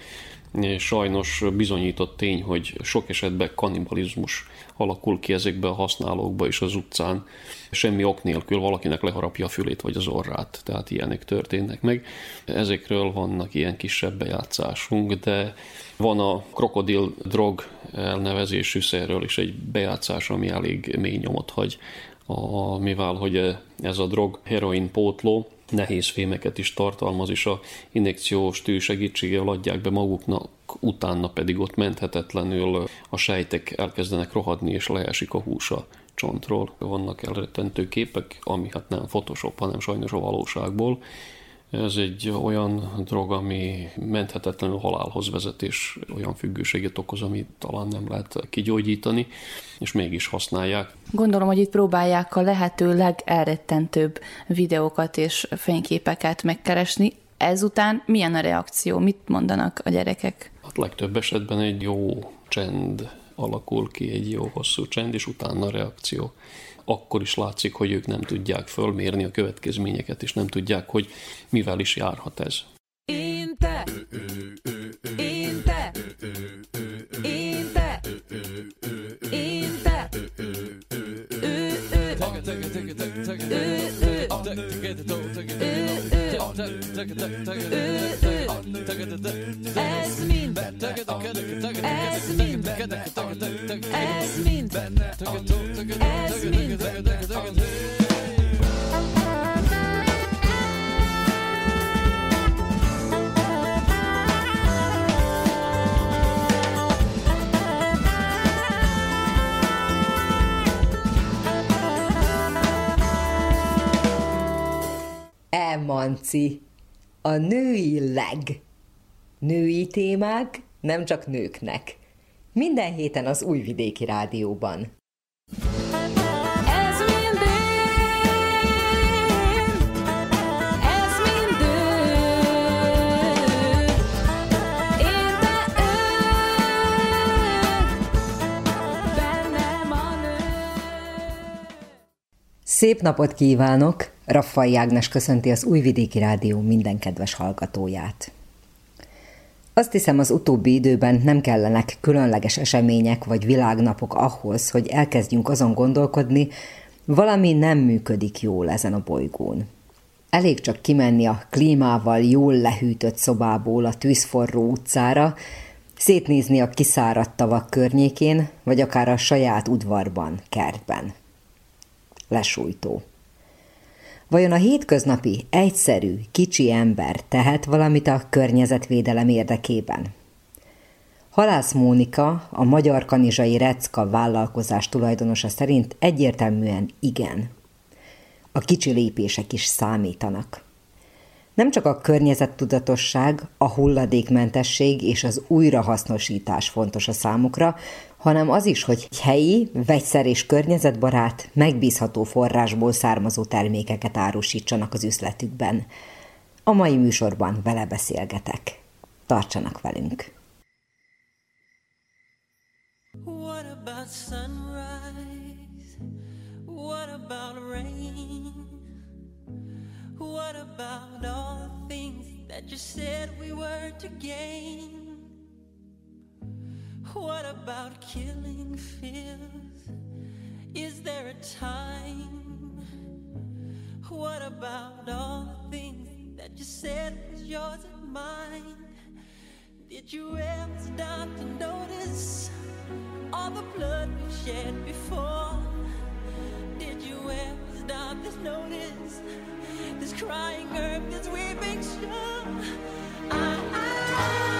Sajnos bizonyított tény, hogy sok esetben kannibalizmus alakul ki ezekbe a használókba és az utcán. Semmi ok nélkül valakinek leharapja a fülét vagy az orrát, tehát ilyenek történnek meg. Ezekről vannak ilyen kisebb bejátszásunk, de van a krokodil drog elnevezésű szerről is egy bejátszás, ami elég mély nyomot hagy, a, mivel hogy ez a drog heroin pótló, nehéz fémeket is tartalmaz, és a injekciós tű segítségével adják be maguknak, utána pedig ott menthetetlenül a sejtek elkezdenek rohadni, és leesik a hús a csontról. Vannak elrettentő képek, ami hát nem Photoshop, hanem sajnos a valóságból. Ez egy olyan drog, ami menthetetlenül halálhoz vezet, és olyan függőséget okoz, amit talán nem lehet kigyógyítani, és mégis használják. Gondolom, hogy itt próbálják a lehető legelrettentőbb videókat és fényképeket megkeresni. Ezután milyen a reakció? Mit mondanak a gyerekek? Hát legtöbb esetben egy jó csend alakul ki, egy jó hosszú csend, és utána a reakció. Akkor is látszik, hogy ők nem tudják fölmérni a következményeket, és nem tudják, hogy mivel is járhat ez. Én te, én te, én te, én te, ez mind, ez mind, ez mind, ez mind. Emanci, a női leg. Női témák nem csak nőknek. Minden héten az Újvidéki Rádióban. Ez mind én, ez mind ő, én te ő, bennem a nő. Szép napot kívánok! Raffai Ágnes köszönti az Újvidéki Rádió minden kedves hallgatóját. Azt hiszem, az utóbbi időben nem kellenek különleges események vagy világnapok ahhoz, hogy elkezdjünk azon gondolkodni, valami nem működik jól ezen a bolygón. Elég csak kimenni a klímával jól lehűtött szobából a tűzforró utcára, szétnézni a kiszáradt tavak környékén, vagy akár a saját udvarban, kertben. Lesújtó. Vajon a hétköznapi, egyszerű, kicsi ember tehet valamit a környezetvédelem érdekében? Halász Mónika, a Magyar Kanizsai Recka vállalkozás tulajdonosa szerint egyértelműen igen. A kicsi lépések is számítanak. Nem csak a környezettudatosság, a hulladékmentesség és az újrahasznosítás fontos a számukra, hanem az is, hogy helyi, vegyszer- és környezetbarát, megbízható forrásból származó termékeket árusítsanak az üzletükben. A mai műsorban vele beszélgetek. Tartsanak velünk! What about sunrise? What about rain? What about all the things that you said we were to gain? What about killing fears? Is there a time? What about all the things that you said was yours and mine? Did you ever stop to notice all the blood we've shed before? Did you ever stop to notice this crying earth, this weeping shore? I, I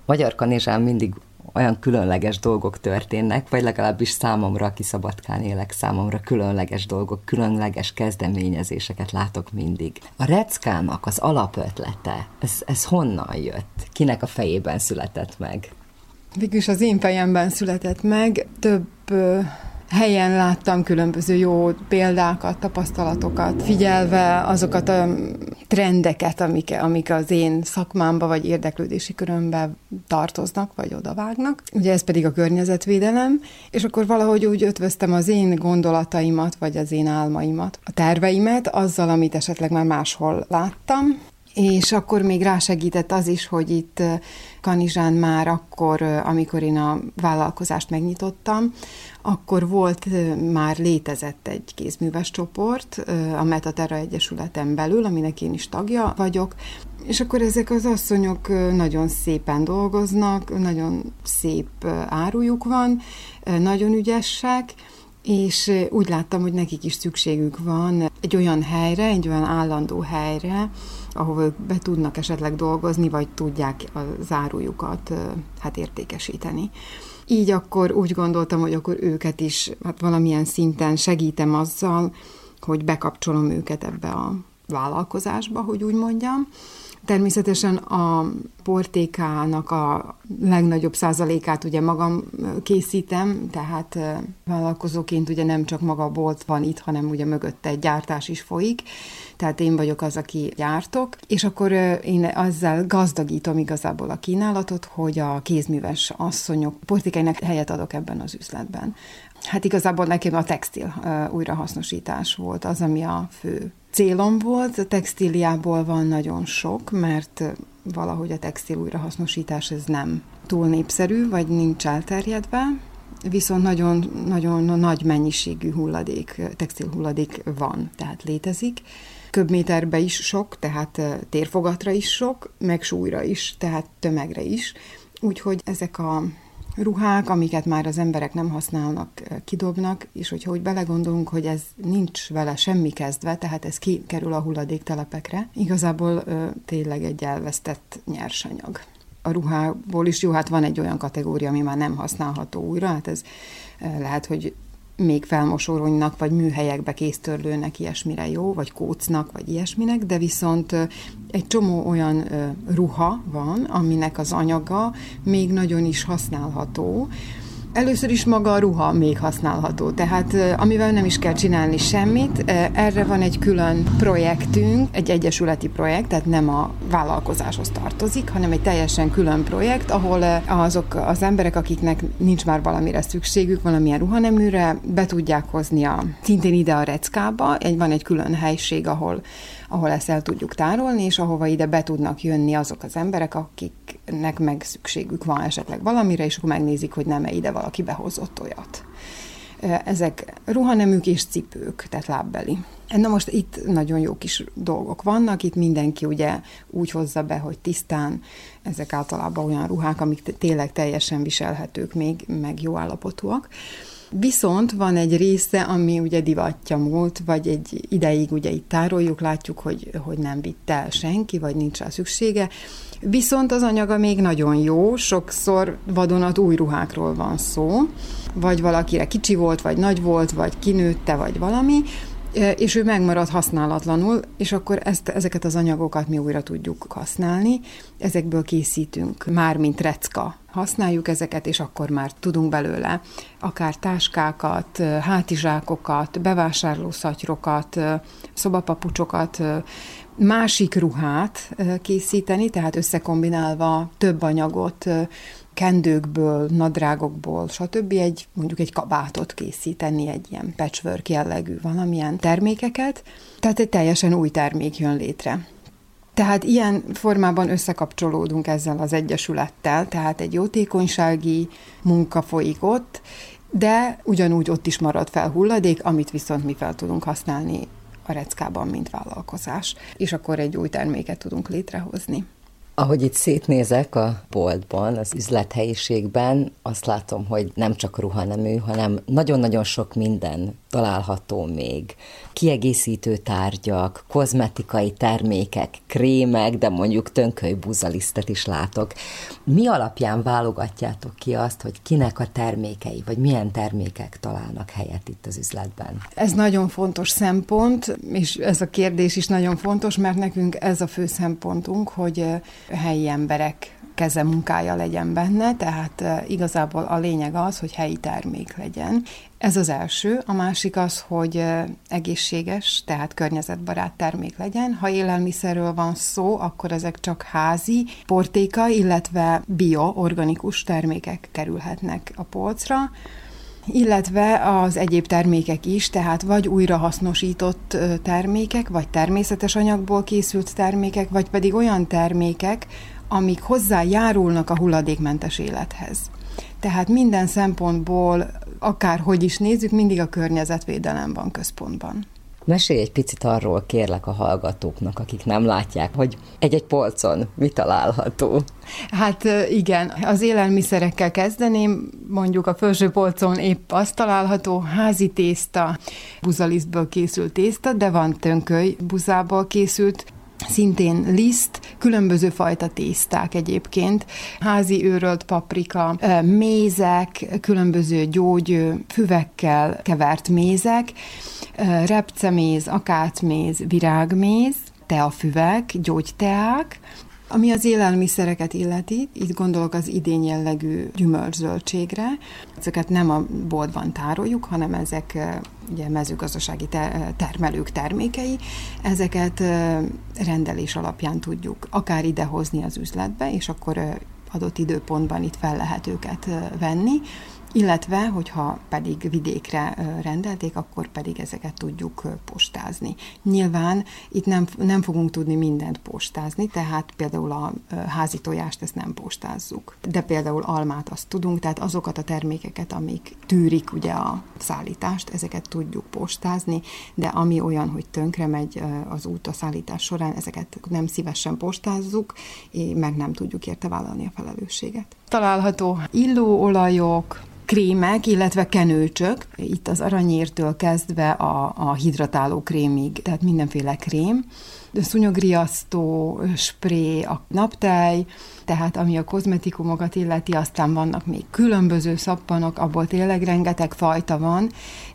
Magyar Kanizsán mindig olyan különleges dolgok történnek, vagy legalábbis számomra, aki Szabadkán élek, számomra különleges dolgok, különleges kezdeményezéseket látok mindig. A Reckának az alapötlete, ez, ez honnan jött? Kinek a fejében született meg? Végülis az én fejemben született meg, több helyen láttam különböző jó példákat, tapasztalatokat, figyelve azokat a trendeket, amik, amik az én szakmámba vagy érdeklődési körömbe tartoznak, vagy odavágnak. Ugye ez pedig a környezetvédelem, és akkor valahogy úgy ötvöztem az én gondolataimat, vagy az én álmaimat, a terveimet azzal, amit esetleg már máshol láttam, és akkor még rásegített az is, hogy itt Kanizsán már akkor, amikor én a vállalkozást megnyitottam, akkor volt, már létezett egy kézműves csoport, a Metaterra Egyesületen belül, aminek én is tagja vagyok, és akkor ezek az asszonyok nagyon szépen dolgoznak, nagyon szép árujuk van, nagyon ügyesek, és úgy láttam, hogy nekik is szükségük van egy olyan helyre, egy olyan állandó helyre, ahol ők be tudnak esetleg dolgozni, vagy tudják az árujukat hát értékesíteni. Így akkor úgy gondoltam, hogy akkor őket is hát valamilyen szinten segítem azzal, hogy bekapcsolom őket ebbe a vállalkozásba, hogy úgy mondjam. Természetesen a portékának a legnagyobb százalékát ugye magam készítem, tehát vállalkozóként ugye nem csak maga a bolt van itt, hanem ugye mögötte egy gyártás is folyik, tehát én vagyok az, aki gyártok, és akkor én azzal gazdagítom igazából a kínálatot, hogy a kézműves asszonyok portékáinak helyet adok ebben az üzletben. Hát igazából nekem a textil újrahasznosítás volt az, ami a fő célom volt. A textíliából van nagyon sok, mert valahogy a textil újrahasznosítás ez nem túl népszerű, vagy nincs elterjedve, viszont nagyon, nagyon nagy mennyiségű hulladék, textil hulladék van, tehát létezik. Köbméterbe is sok, tehát térfogatra is sok, meg súlyra is, tehát tömegre is. Úgyhogy ezek a ruhák, amiket már az emberek nem használnak, kidobnak, és hogyha úgy belegondolunk, hogy ez nincs vele semmi kezdve, tehát ez kikerül a hulladéktelepekre, igazából ö, tényleg egy elvesztett nyersanyag. A ruhából is jó, hát van egy olyan kategória, ami már nem használható újra, hát ez ö, lehet, hogy még felmosóronynak, vagy műhelyekbe, kéztörlőnek, ilyesmire jó, vagy kócnak, vagy ilyesminek, de viszont egy csomó olyan ruha van, aminek az anyaga még nagyon is használható. Először is maga a ruha még használható, tehát amivel nem is kell csinálni semmit. Erre van egy külön projektünk, egy egyesületi projekt, tehát nem a vállalkozáshoz tartozik, hanem egy teljesen külön projekt, ahol azok az emberek, akiknek nincs már valamire szükségük, valamilyen ruhaneműre, be tudják hozni a, szintén ide a Reckába, egy, van egy külön helység, ahol ahol ezt el tudjuk tárolni, és ahova ide be tudnak jönni azok az emberek, akiknek meg szükségük van esetleg valamire, és akkor megnézik, hogy nem-e ide valaki behozott olyat. Ezek ruhaneműk és cipők, tehát lábbeli. Na most itt nagyon jó kis dolgok vannak, itt mindenki ugye úgy hozza be, hogy tisztán, ezek általában olyan ruhák, amik tényleg teljesen viselhetők még, meg jó állapotúak. Viszont van egy része, ami ugye divatja múlt, vagy egy ideig ugye itt tároljuk, látjuk, hogy, hogy nem vitt el senki, vagy nincs rá szüksége. Viszont az anyaga még nagyon jó, sokszor vadonat új ruhákról van szó, vagy valakire kicsi volt, vagy nagy volt, vagy kinőtte, vagy valami, és ő megmarad használatlanul, és akkor ezt, ezeket az anyagokat mi újra tudjuk használni. Ezekből készítünk már, mint recka. Használjuk ezeket, és akkor már tudunk belőle akár táskákat, hátizsákokat, bevásárlószatyrokat, szobapapucsokat, másik ruhát készíteni, tehát összekombinálva több anyagot, kendőkből, nadrágokból, stb. Egy, mondjuk egy kabátot készíteni, egy ilyen patchwork jellegű valamilyen termékeket, tehát egy teljesen új termék jön létre. Tehát ilyen formában összekapcsolódunk ezzel az egyesülettel, tehát egy jótékonysági munka folyik ott, de ugyanúgy ott is marad fel hulladék, amit viszont mi fel tudunk használni a Reckában, mint vállalkozás, és akkor egy új terméket tudunk létrehozni. Ahogy itt szétnézek a boltban, az üzlethelyiségben, azt látom, hogy nem csak ruhanemű, hanem nagyon-nagyon sok minden található még? Kiegészítő tárgyak, kozmetikai termékek, krémek, de mondjuk tönköly búzalisztet is látok. Mi alapján válogatjátok ki azt, hogy kinek a termékei, vagy milyen termékek találnak helyet itt az üzletben? Ez nagyon fontos szempont, és ez a kérdés is nagyon fontos, mert nekünk ez a fő szempontunk, hogy helyi emberek kezemunkája legyen benne, tehát igazából a lényeg az, hogy helyi termék legyen. Ez az első. A másik az, hogy egészséges, tehát környezetbarát termék legyen. Ha élelmiszerről van szó, akkor ezek csak házi, portéka, illetve bio, organikus termékek kerülhetnek a polcra, illetve az egyéb termékek is, tehát vagy újrahasznosított termékek, vagy természetes anyagból készült termékek, vagy pedig olyan termékek, amik hozzájárulnak a hulladékmentes élethez. Tehát minden szempontból, akárhogy is nézzük, mindig a környezetvédelem van központban. Mesélj egy picit arról, kérlek a hallgatóknak, akik nem látják, hogy egy-egy polcon mi található. Hát igen, az élelmiszerekkel kezdeném, mondjuk a felső polcon épp az található, házi tészta, buzalisztből készült tészta, de van tönköly buzából készült, szintén liszt, különböző fajta tészták egyébként, házi őrölt paprika, mézek, különböző gyógyfüvekkel kevert mézek, repceméz, akácméz, virágméz, teafüvek, gyógyteák. Ami az élelmiszereket illeti, itt gondolok az idény jellegű gyümölcszöldségre. Ezeket nem a boltban tároljuk, hanem ezek ugye mezőgazdasági termelők termékei. Ezeket rendelés alapján tudjuk akár idehozni az üzletbe, és akkor adott időpontban itt fel lehet őket venni, illetve, hogyha pedig vidékre rendelték, akkor pedig ezeket tudjuk postázni. Nyilván itt nem, nem fogunk tudni mindent postázni, tehát például a házi tojást ezt nem postázzuk. De például almát azt tudunk, tehát azokat a termékeket, amik tűrik ugye a szállítást, ezeket tudjuk postázni, de ami olyan, hogy tönkre megy az út a szállítás során, ezeket nem szívesen postázzuk, meg nem tudjuk érte vállalni a felelősséget. Található illóolajok, krémek, illetve kenőcsök, itt az aranyértől kezdve a, a hidratáló krémig, tehát mindenféle krém, szúnyogriasztó, spré, a naptej, tehát ami a kozmetikumokat illeti, aztán vannak még különböző szappanok, abból tényleg rengeteg fajta van.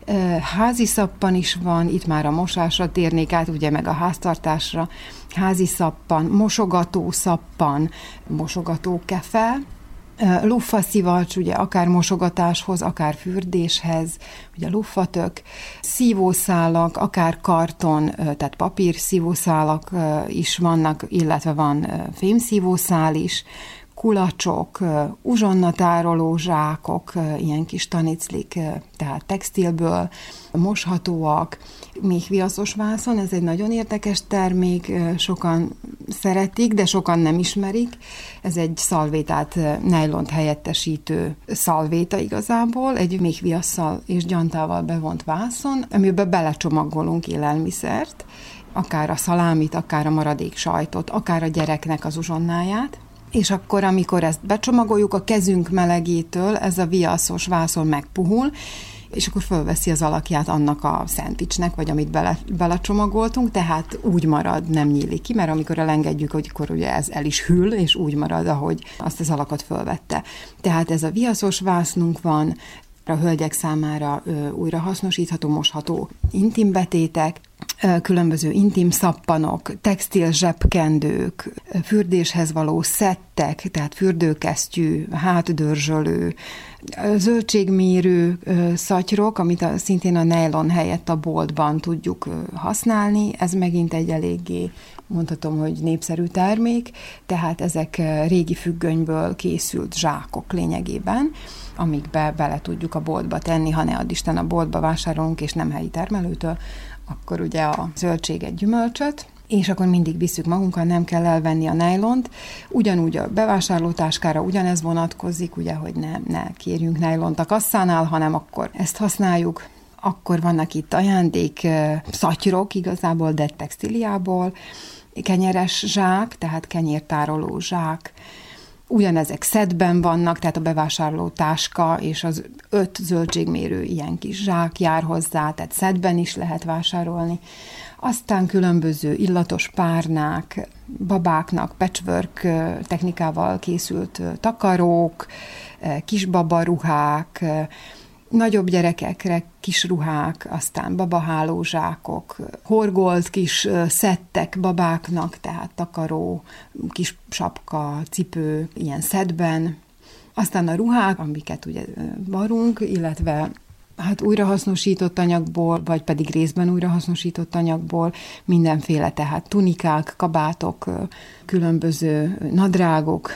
Házi szappan is van, itt már a mosásra térnék át, ugye meg a háztartásra, házi szappan, mosogató szappan, mosogató kefe, luffaszivacs, ugye akár mosogatáshoz, akár fürdéshez, ugye luffatök, szívószálak, akár karton, tehát papír szívószálak is vannak, illetve van fémszívószál is, kulacsok, uzsonnatároló zsákok, ilyen kis taniclik, tehát textilből, moshatóak, méhviaszos vászon, ez egy nagyon érdekes termék, sokan szeretik, de sokan nem ismerik. Ez egy szalvétát, nejlont helyettesítő szalvéta igazából, egy méhviasszal és gyantával bevont vászon, amiben belecsomagolunk élelmiszert, akár a szalámit, akár a maradék sajtot, akár a gyereknek az uzsonnáját, és akkor, amikor ezt becsomagoljuk, a kezünk melegétől ez a viaszos vászon megpuhul, és akkor fölveszi az alakját annak a szendvicsnek, vagy amit bele, belecsomagoltunk, tehát úgy marad, nem nyílik ki, mert amikor elengedjük, hogy akkor ugye ez el is hűl, és úgy marad, ahogy azt az alakot fölvette. Tehát ez a viaszos vásznunk van, a hölgyek számára ö, újrahasznosítható, mosható intimbetétek, ö, különböző intim szappanok, textil zsebkendők, fürdéshez való szettek, tehát fürdőkesztyű, hátdörzsölő, zöldségmérő ö, szatyrok, amit a, szintén a nejlon helyett a boltban tudjuk ö, használni, ez megint egy eléggé, mondhatom, hogy népszerű termék, tehát ezek régi függönyből készült zsákok lényegében, amikbe bele tudjuk a boltba tenni, ha ne add Isten a boltba vásárolunk, és nem helyi termelőtől, akkor ugye a zöldséget, gyümölcsöt, és akkor mindig visszük magunkkal, nem kell elvenni a nejlont. Ugyanúgy a bevásárlótáskára ugyanez vonatkozik, ugye, hogy ne, ne kérjünk nejlont a kasszánál, hanem akkor ezt használjuk. Akkor vannak itt ajándék szatyrok igazából, de textiliából, kenyeres zsák, tehát kenyértároló zsák, Ugyanezek szedben vannak, tehát a bevásárló táska és az öt zöldségmérő ilyen kis zsák jár hozzá, tehát szedben is lehet vásárolni. Aztán különböző illatos párnák, babáknak patchwork technikával készült takarók, kisbabaruhák, nagyobb gyerekekre kis ruhák, aztán babahálózsákok, horgolt kis szettek babáknak, tehát takaró, kis sapka, cipő, ilyen szedben. Aztán a ruhák, amiket ugye varunk, illetve hát újrahasznosított anyagból, vagy pedig részben újrahasznosított anyagból, mindenféle, tehát tunikák, kabátok, különböző nadrágok,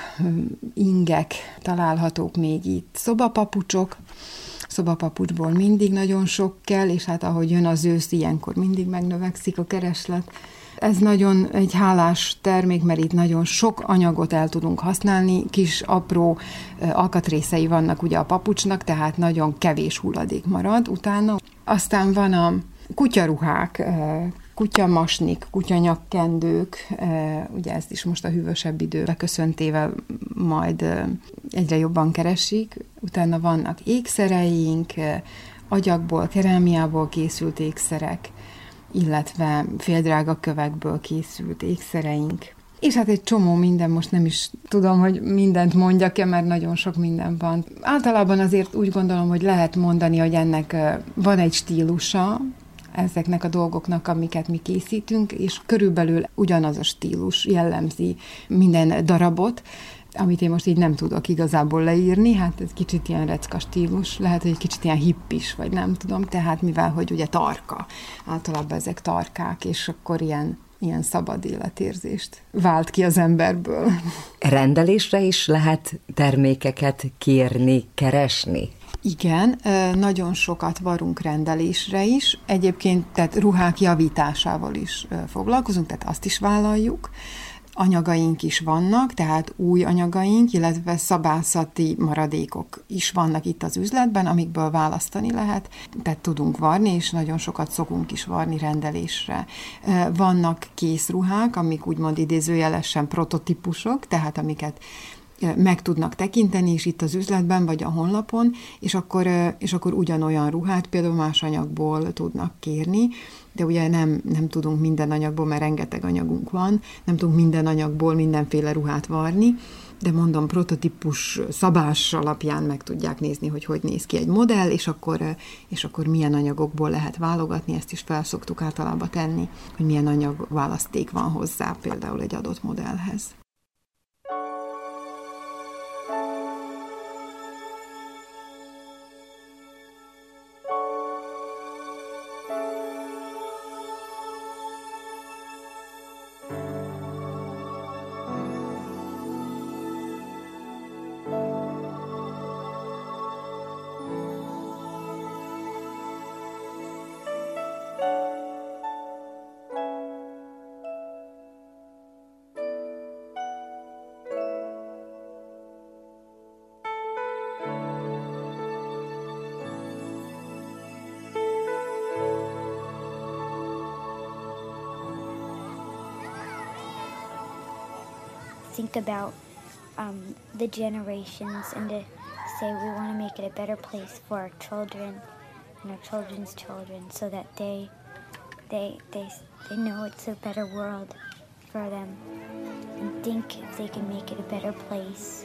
ingek találhatók még itt, szobapapucsok, szobapapucsból mindig nagyon sok kell, és hát ahogy jön az ősz, ilyenkor mindig megnövekszik a kereslet. Ez nagyon egy hálás termék, mert itt nagyon sok anyagot el tudunk használni, kis apró alkatrészei vannak ugye a papucsnak, tehát nagyon kevés hulladék marad utána. Aztán van a kutyaruhák, kutyamasnik, kutyanyagkendők, ugye ezt is most a hűvösebb idő beköszöntével majd egyre jobban keresik. Utána vannak ékszereink, agyagból, kerámiából készült ékszerek, illetve féldrága kövekből készült ékszereink. És hát egy csomó minden, most nem is tudom, hogy mindent mondjak-e, mert nagyon sok minden van. Általában azért úgy gondolom, hogy lehet mondani, hogy ennek van egy stílusa, ezeknek a dolgoknak, amiket mi készítünk, és körülbelül ugyanaz a stílus jellemzi minden darabot, amit én most így nem tudok igazából leírni, hát ez kicsit ilyen recka stílus, lehet, hogy egy kicsit ilyen hippis, vagy nem tudom, tehát mivel, hogy ugye tarka, általában ezek tarkák, és akkor ilyen, ilyen szabad életérzést vált ki az emberből. Rendelésre is lehet termékeket kérni, keresni? Igen, nagyon sokat varunk rendelésre is. Egyébként tehát ruhák javításával is foglalkozunk, tehát azt is vállaljuk. Anyagaink is vannak, tehát új anyagaink, illetve szabászati maradékok is vannak itt az üzletben, amikből választani lehet, tehát tudunk varni, és nagyon sokat szokunk is varni rendelésre. Vannak készruhák, amik úgymond idézőjelesen prototípusok, tehát amiket meg tudnak tekinteni is itt az üzletben, vagy a honlapon, és akkor, és akkor ugyanolyan ruhát például más anyagból tudnak kérni, de ugye nem, nem tudunk minden anyagból, mert rengeteg anyagunk van, nem tudunk minden anyagból mindenféle ruhát varni, de mondom, prototípus szabás alapján meg tudják nézni, hogy hogy néz ki egy modell, és akkor, és akkor milyen anyagokból lehet válogatni, ezt is felszoktuk általában tenni, hogy milyen anyagválaszték van hozzá például egy adott modellhez. Think about um, the generations and to say we want to make it a better place for our children and our children's children, so that they they they they know it's a better world for them, and think if they can make it a better place.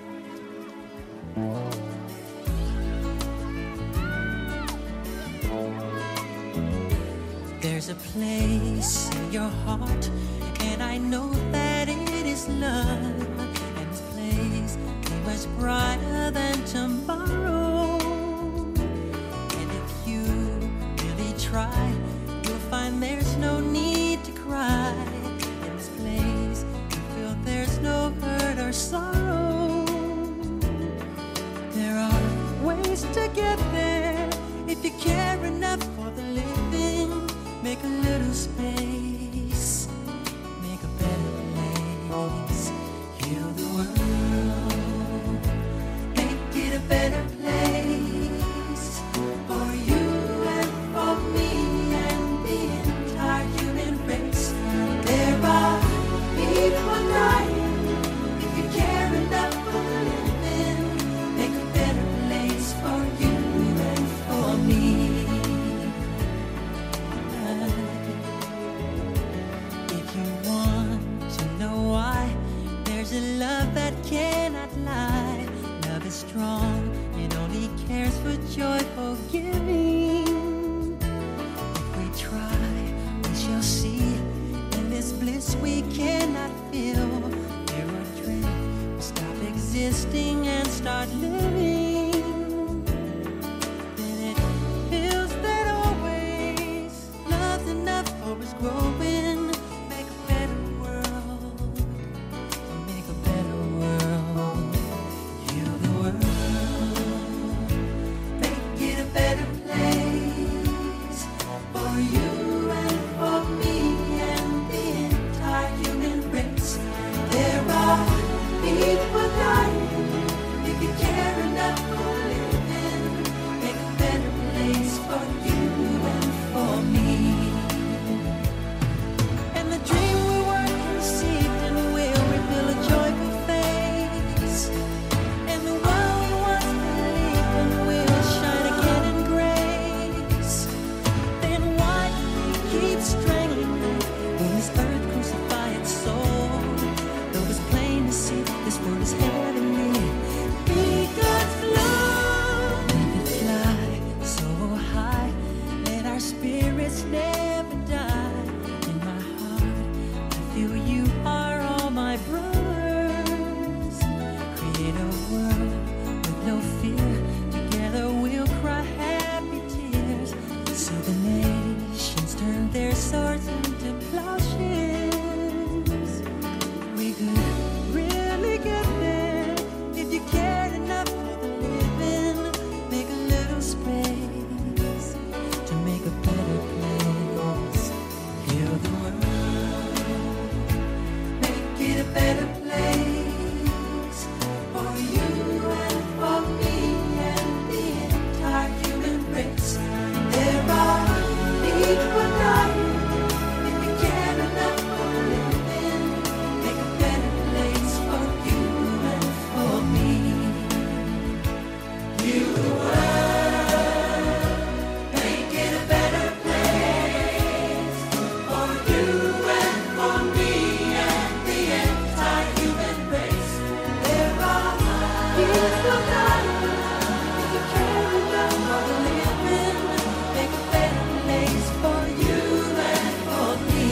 There's a place in your heart, and I know that it is love, and this place is much brighter than tomorrow. And if you really try, you'll find there's no need to cry. In this place, you feel there's no hurt or sorrow. There are ways to get there if you care enough for the living. Make a little space, make a better place. strong. It only cares for joyful giving. If we try, we shall see. In this bliss we cannot feel. Hear or drink, we stop existing and start living. Then it feels that always love's enough for us growing. Make a better world. Make a better world. Heal the world. Make it a better place for you and for me and the entire human race. There are people dying. If you care enough for living, make a better place for you and for me. And the dream we were conceived in will reveal a joyful face. And the world we once believed in will shine again in grace. Then why do we keep strangling when this earth crucify its soul? Though it's plain to see this world is heavenly. Be God's love. Make it fly so high. Let our spirits never die. In my heart, I feel you are all my brothers. Create a world with no fear. Together we'll cry happy tears. See the nations turn their swords into plowshares. We could really get there if you cared enough for the living. Make a little space to make a better place. Heal the world. Make it a better place for you and for me and the entire human race. There are people dying. If you care enough for living, make a better place for you and for me. Heal the world. Make it a better place for you and for me and the entire human race. There are people dying. If you care enough for living, make a better place for you and for me.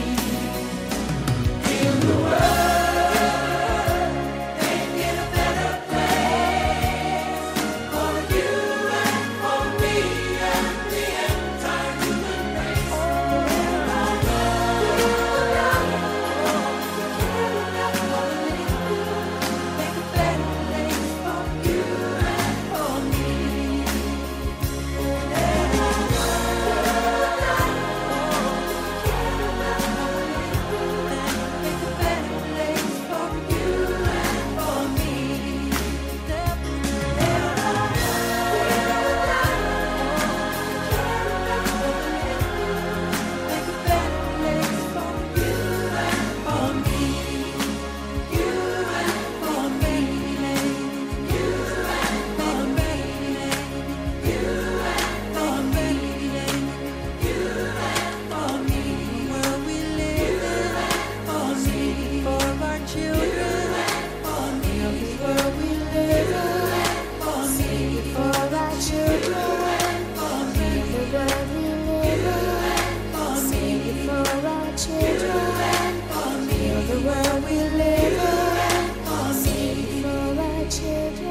Heal the world. Make it a better place for you and for me and the entire human race. There are people dying. If you care enough for living, make a better place for you and for me. There are people dying. If you care enough for living, make a better place for you and for me. There are people dying. If you care enough for living, make a better place for you and for me. You and for me. You and for me. You and for me. You and for me. World we live in for me. For our children for me. This world we live in for me. For our children for me. The world we live in for me. For our children for me. The world we live in for me. For our children.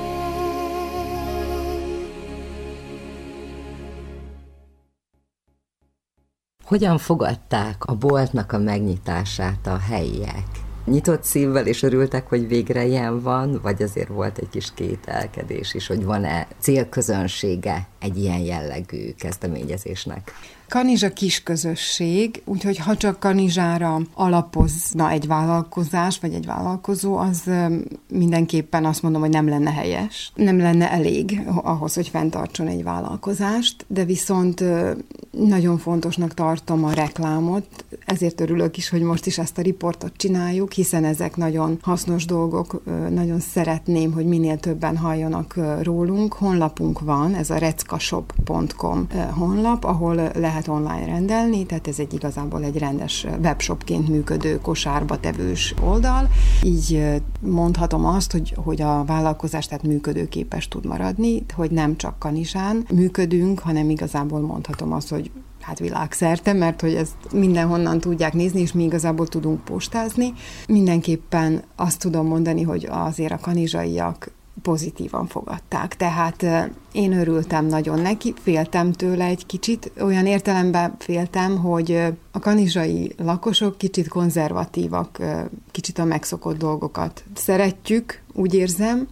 Hogyan fogadták a boltnak a megnyitását a helyiek? Nyitott szívvel és örültek, hogy végre ilyen van, vagy azért volt egy kis kételkedés is, hogy van-e célközönsége egy ilyen jellegű kezdeményezésnek? Kanizsa kis közösség, úgyhogy ha csak Kanizsára alapozna egy vállalkozás, vagy egy vállalkozó, az mindenképpen azt mondom, hogy nem lenne helyes. Nem lenne elég ahhoz, hogy fenntartson egy vállalkozást, de viszont nagyon fontosnak tartom a reklámot, ezért örülök is, hogy most is ezt a riportot csináljuk, hiszen ezek nagyon hasznos dolgok, nagyon szeretném, hogy minél többen halljanak rólunk. Honlapunk van, ez a reckashop pont com honlap, ahol lehet online rendelni, tehát ez egy igazából egy rendes webshopként működő kosárba tevős oldal. Így mondhatom azt, hogy, hogy a vállalkozás tehát működőképes tud maradni, hogy nem csak Kanizsán működünk, hanem igazából mondhatom azt, hogy hát világszerte, mert hogy ezt mindenhonnan tudják nézni, és mi igazából tudunk postázni. Mindenképpen azt tudom mondani, hogy azért a kanizsaiak pozitívan fogadták. Tehát én örültem nagyon neki, féltem tőle egy kicsit, olyan értelemben féltem, hogy a kanizsai lakosok kicsit konzervatívak, kicsit a megszokott dolgokat szeretjük, úgy érzem,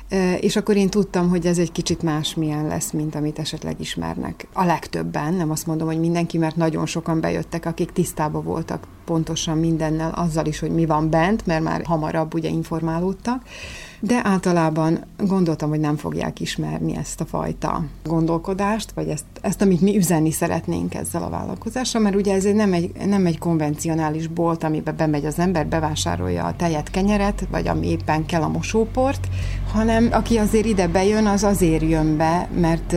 és akkor én tudtam, hogy ez egy kicsit másmilyen lesz, mint amit esetleg ismernek. A legtöbben, nem azt mondom, hogy mindenki, mert nagyon sokan bejöttek, akik tisztában voltak pontosan mindennel, azzal is, hogy mi van bent, mert már hamarabb ugye informálódtak, de általában gondoltam, hogy nem fogják ismerni ezt a fajta gondolkodást, vagy ezt, ezt amit mi üzenni szeretnénk ezzel a vállalkozással, mert ugye ez nem egy, nem egy konvencionális bolt, amiben bemegy az ember, bevásárolja a tejet, kenyeret, vagy ami éppen kell a mosóport, hanem aki azért ide bejön, az azért jön be, mert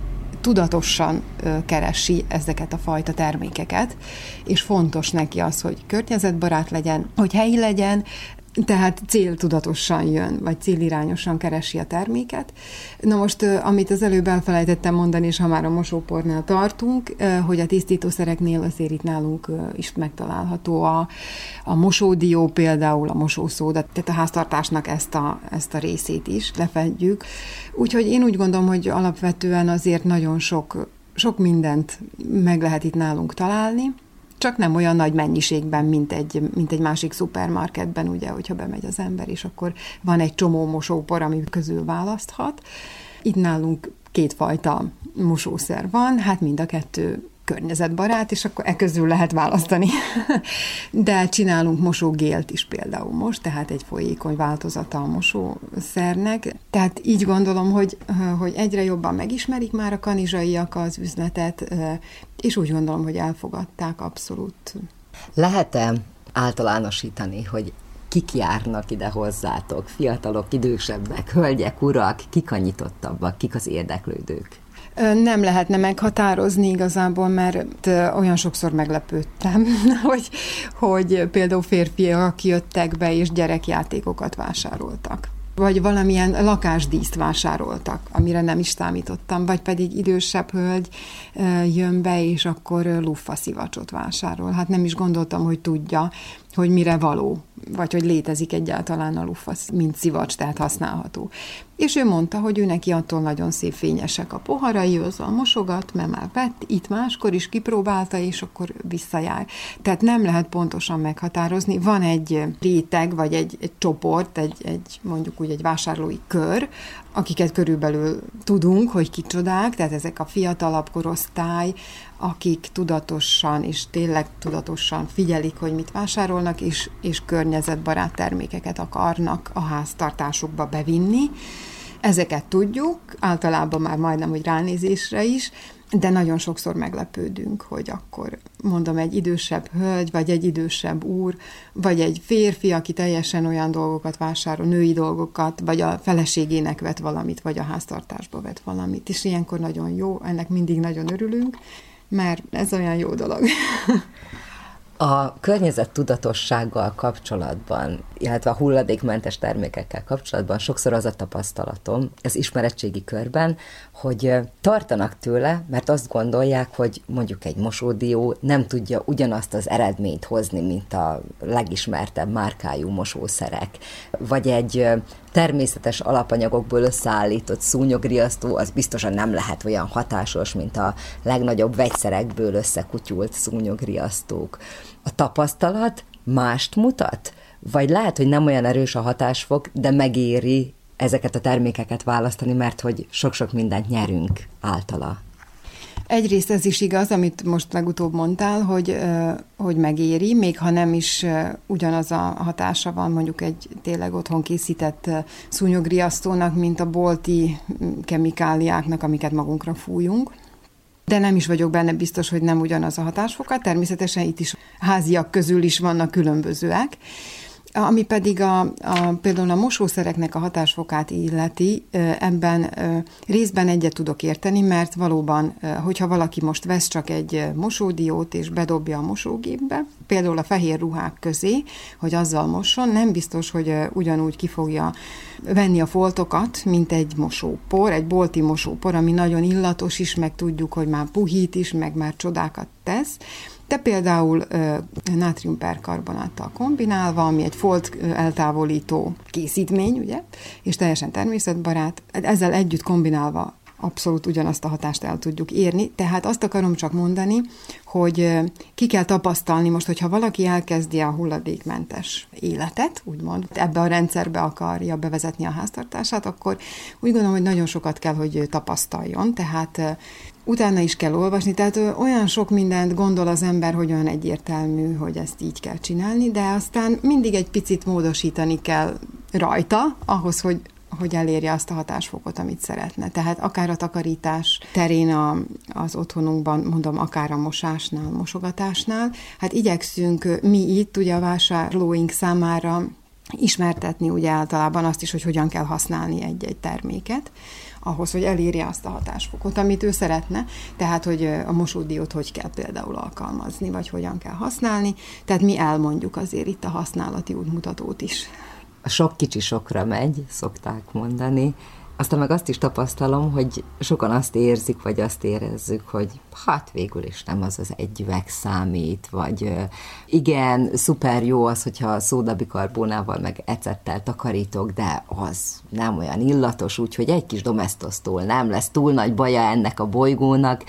tudatosan keresi ezeket a fajta termékeket, és fontos neki az, hogy környezetbarát legyen, hogy helyi legyen, tehát céltudatosan jön, vagy célirányosan keresi a terméket. Na most, amit az előbb elfelejtettem mondani, és ha már a mosópornál tartunk, hogy a tisztítószereknél azért itt nálunk is megtalálható a, a mosódió, például a mosószóda, tehát a háztartásnak ezt a, ezt a részét is lefedjük. Úgyhogy én úgy gondolom, hogy alapvetően azért nagyon sok, sok mindent meg lehet itt nálunk találni, csak nem olyan nagy mennyiségben, mint egy, mint egy másik szupermarketben, ugye, hogyha bemegy az ember, és akkor van egy csomó mosópor, ami közül választhat. Itt nálunk kétfajta mosószer van, hát mind a kettő környezetbarát, és akkor e közül lehet választani. De csinálunk mosógélt is például most, tehát egy folyékony változata a mosószernek. Tehát így gondolom, hogy, hogy egyre jobban megismerik már a kanizsaiak az üzletet, és úgy gondolom, hogy elfogadták abszolút. Lehet-e általánosítani, hogy kik járnak ide hozzátok? Fiatalok, idősebbek, hölgyek, urak, kik a nyitottabbak, kik az érdeklődők? Nem lehetne meghatározni igazából, mert olyan sokszor meglepődtem, hogy, hogy például férfiak jöttek be és gyerekjátékokat vásároltak. Vagy valamilyen lakásdíszt vásároltak, amire nem is számítottam, vagy pedig idősebb hölgy jön be, és akkor luffaszivacsot vásárol. Hát nem is gondoltam, hogy tudja, hogy mire való, vagy hogy létezik egyáltalán a luffasz, mint szivacs, tehát használható. És ő mondta, hogy ő neki attól nagyon szép fényesek a poharai, azzal mosogat, mert már vett, itt máskor is kipróbálta, és akkor visszajár. Tehát nem lehet pontosan meghatározni. Van egy réteg, vagy egy, egy csoport, egy, egy mondjuk úgy egy vásárlói kör, akiket körülbelül tudunk, hogy kicsodák, tehát ezek a fiatalabb korosztály, akik tudatosan és tényleg tudatosan figyelik, hogy mit vásárolnak, és, és környezetbarát termékeket akarnak a háztartásukba bevinni. Ezeket tudjuk, általában már majdnem, hogy ránézésre is, de nagyon sokszor meglepődünk, hogy akkor mondom, egy idősebb hölgy, vagy egy idősebb úr, vagy egy férfi, aki teljesen olyan dolgokat vásárol, női dolgokat, vagy a feleségének vet valamit, vagy a háztartásba vet valamit. És ilyenkor nagyon jó, ennek mindig nagyon örülünk, mert ez olyan jó dolog. A környezettudatossággal kapcsolatban, illetve a hulladékmentes termékekkel kapcsolatban sokszor az a tapasztalatom az ismeretségi körben, hogy tartanak tőle, mert azt gondolják, hogy mondjuk egy mosódió nem tudja ugyanazt az eredményt hozni, mint a legismertebb márkájú mosószerek, vagy egy természetes alapanyagokból összeállított szúnyogriasztó, az biztosan nem lehet olyan hatásos, mint a legnagyobb vegyszerekből összekutyult szúnyogriasztók. A tapasztalat mást mutat? Vagy lehet, hogy nem olyan erős a hatásfok, de megéri ezeket a termékeket választani, mert hogy sok-sok mindent nyerünk általa? Egyrészt ez is igaz, amit most legutóbb mondtál, hogy, hogy megéri, még ha nem is ugyanaz a hatása van mondjuk egy tényleg otthon készített szúnyogriasztónak, mint a bolti kemikáliáknak, amiket magunkra fújunk. de nem is vagyok benne biztos, hogy nem ugyanaz a hatásfoka. Természetesen itt is háziak közül is vannak különbözőek. Ami pedig a, a, például a mosószereknek a hatásfokát illeti, ebben részben egyet tudok érteni, mert valóban, hogyha valaki most vesz csak egy mosódiót és bedobja a mosógépbe, például a fehér ruhák közé, hogy azzal mosson, nem biztos, hogy ugyanúgy ki fogja venni a foltokat, mint egy mosópor, egy bolti mosópor, ami nagyon illatos is, meg tudjuk, hogy már puhít is, meg már csodákat tesz. De például uh, nátriumperkarbonáttal kombinálva, ami egy folt eltávolító készítmény, ugye, és teljesen természetbarát, ezzel együtt kombinálva abszolút ugyanazt a hatást el tudjuk érni. Tehát azt akarom csak mondani, hogy ki kell tapasztalni most, hogyha valaki elkezdi a hulladékmentes életet, úgymond, ebbe a rendszerbe akarja bevezetni a háztartását, akkor úgy gondolom, hogy nagyon sokat kell, hogy tapasztaljon, tehát utána is kell olvasni, tehát olyan sok mindent gondol az ember, hogy olyan egyértelmű, hogy ezt így kell csinálni, de aztán mindig egy picit módosítani kell rajta, ahhoz, hogy hogy elérje azt a hatásfokot, amit szeretne. Tehát akár a takarítás terén a, az otthonunkban, mondom, akár a mosásnál, mosogatásnál, hát igyekszünk mi itt ugye a vásárlóink számára ismertetni ugye általában azt is, hogy hogyan kell használni egy-egy terméket, ahhoz, hogy elérje azt a hatásfokot, amit ő szeretne, tehát, hogy a mosódiót hogy kell például alkalmazni, vagy hogyan kell használni, tehát mi elmondjuk azért itt a használati útmutatót is. A sok kicsi sokra megy, szokták mondani. Aztán meg azt is tapasztalom, hogy sokan azt érzik, vagy azt érezzük, hogy hát végül is nem az az egy üveg számít, vagy igen, szuper jó az, hogyha szódabikarbónával meg ecettel takarítok, de az nem olyan illatos, úgyhogy egy kis domesztosztól nem lesz túl nagy baja ennek a bolygónak,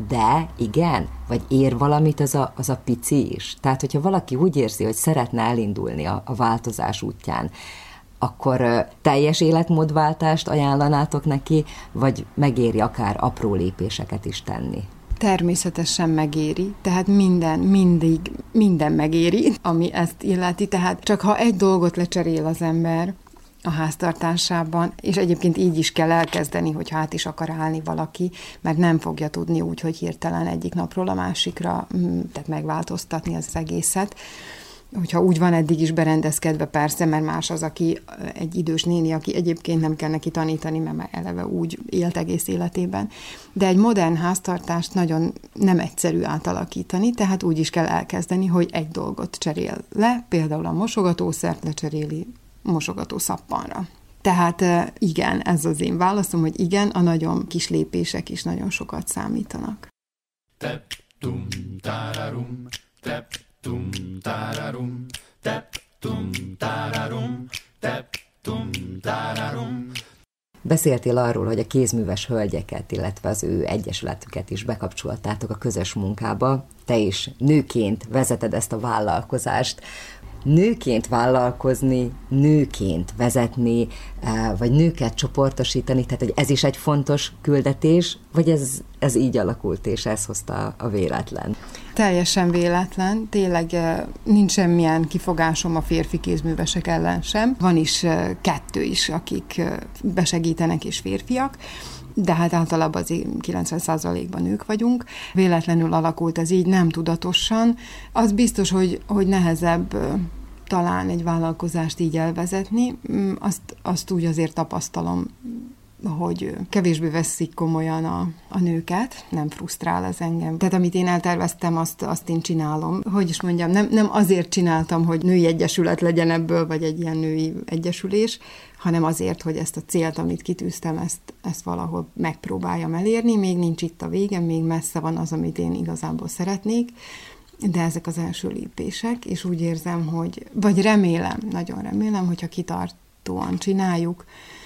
de igen, vagy ér valamit az a, az a pici is. Tehát, hogyha valaki úgy érzi, hogy szeretne elindulni a, a változás útján, akkor uh, teljes életmódváltást ajánlanátok neki, vagy megéri akár apró lépéseket is tenni? Természetesen megéri, tehát minden, mindig, minden megéri, ami ezt illeti, tehát csak ha egy dolgot lecserél az ember a háztartásában, és egyébként így is kell elkezdeni, hogy hát is akar állni valaki, mert nem fogja tudni úgy, hogy hirtelen egyik napról a másikra, tehát megváltoztatni az egészet. Hogyha úgy van eddig is berendezkedve, persze, mert más az, aki egy idős néni, aki egyébként nem kell neki tanítani, mert már eleve úgy élt egész életében. De egy modern háztartást nagyon nem egyszerű átalakítani, tehát úgy is kell elkezdeni, hogy egy dolgot cserél le, például a mosogatószert lecseréli mosogatószappanra. Tehát igen, ez az én válaszom, hogy igen, a nagyon kis lépések is nagyon sokat számítanak. Tep, tum, tararum, tep, tum, tararum, tep, tum, tararum, tep, tum, tararum. Beszéltél arról, hogy a kézműves hölgyeket, illetve az ő egyesületüket is bekapcsoltátok a közös munkába. Te is nőként vezeted ezt a vállalkozást. Nőként vállalkozni, nőként vezetni, vagy nőket csoportosítani, tehát hogy ez is egy fontos küldetés, vagy ez, ez így alakult, és ez hozta a véletlen? Teljesen véletlen, tényleg nincs semmilyen kifogásom a férfi kézművesek ellen sem. Van is kettő is, akik besegítenek, és férfiak, de hát általában az kilencven százalékban nők vagyunk. Véletlenül alakult ez így, nem tudatosan. Az biztos, hogy, hogy nehezebb talán egy vállalkozást így elvezetni. Azt, azt úgy azért tapasztalom, hogy kevésbé veszik komolyan a, a nőket, nem frusztrál ez engem. Tehát amit én elterveztem, azt, azt én csinálom. Hogy is mondjam, nem, nem azért csináltam, hogy női egyesület legyen ebből, vagy egy ilyen női egyesülés, hanem azért, hogy ezt a célt, amit kitűztem, ezt, ezt valahol megpróbáljam elérni. Még nincs itt a végem, még messze van az, amit én igazából szeretnék, de ezek az első lépések, és úgy érzem, hogy, vagy remélem, nagyon remélem, hogyha kitartóan csináljuk,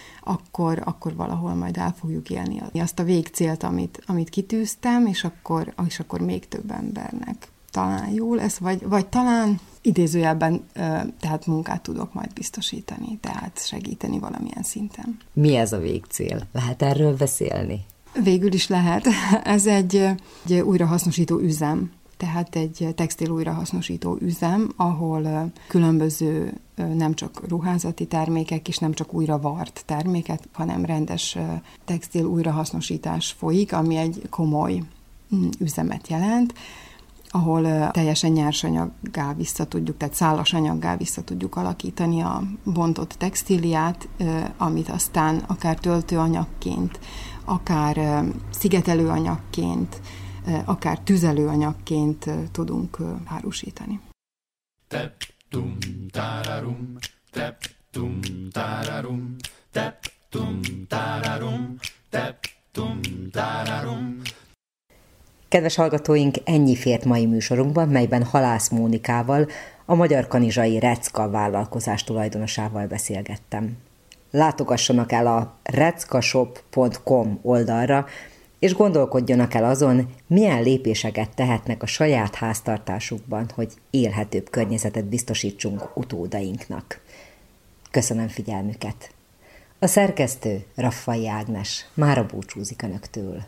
akkor, akkor valahol majd el fogjuk élni azt a végcélt, amit, amit kitűztem, és akkor, és akkor még több embernek talán jó lesz, vagy, vagy talán idézőjelben tehát munkát tudok majd biztosítani, tehát segíteni valamilyen szinten. Mi ez a végcél? Lehet erről beszélni? Végül is lehet. Ez egy, egy újrahasznosító üzem, tehát egy textil újrahasznosító üzem, ahol különböző nem csak ruházati termékek és nem csak újra vart terméket, hanem rendes textil újrahasznosítás folyik, ami egy komoly üzemet jelent, ahol teljesen nyersanyaggá vissza tudjuk, tehát szálas anyaggá vissza tudjuk alakítani a bontott textíliát, amit aztán akár töltőanyagként, akár szigetelőanyagként, akár tüzelőanyagként tudunk árusítani. Tep tum tararum, tep tum tararum, tep tum tararum, tep tum tararum. Kedves hallgatóink, ennyi fért mai műsorunkban, melyben Halász Mónikával, a Magyar Kanizsai Recka vállalkozás tulajdonosával beszélgettem. Látogassanak el a reckashop pont com oldalra, és gondolkodjanak el azon, milyen lépéseket tehetnek a saját háztartásukban, hogy élhetőbb környezetet biztosítsunk utódainknak. Köszönöm figyelmüket! A szerkesztő Raffai Ágnes mára búcsúzik Önöktől.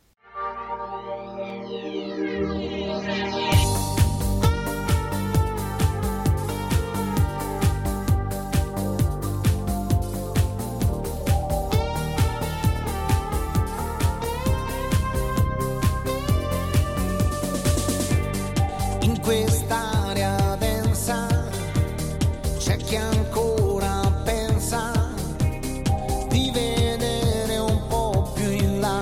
Quest'area densa c'è chi ancora pensa di vedere un po' più in là,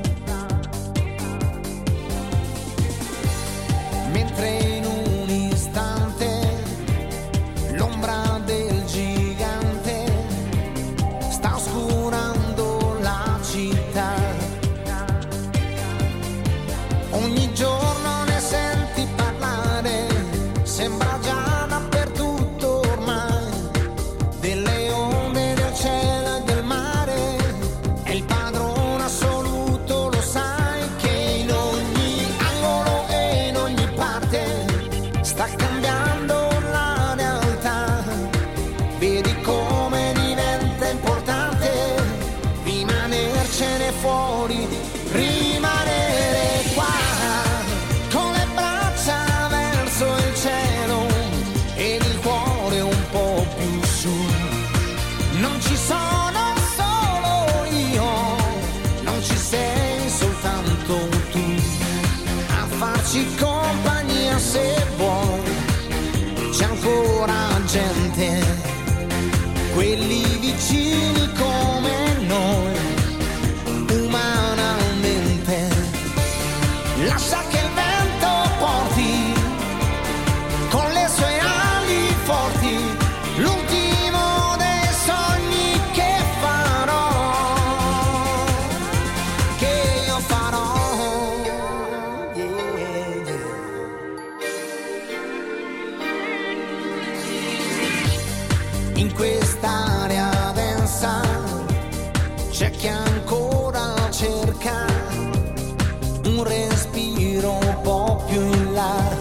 mentre in un istante l'ombra del gigante sta oscurando la città. Ogni giorno ne senti parlare, sembra già dappertutto ormai, delle onde, del cielo e del mare, è il padrone assoluto, lo sai che in ogni angolo e in ogni parte sta cambiando la realtà. Vedi come diventa importante rimanercene fuori, rimanere qua. Non ci sono solo io, non ci sei soltanto tu, a farci compagnia se vuoi, c'è ancora gente, quelli vicini come noi, umanamente. Lascia che il vento porti con le sue ali forti l'ultimo dei sogni che farò, che io farò, yeah, yeah. In quest'area densa c'è chi ancora cerca un respiro un po' più in là,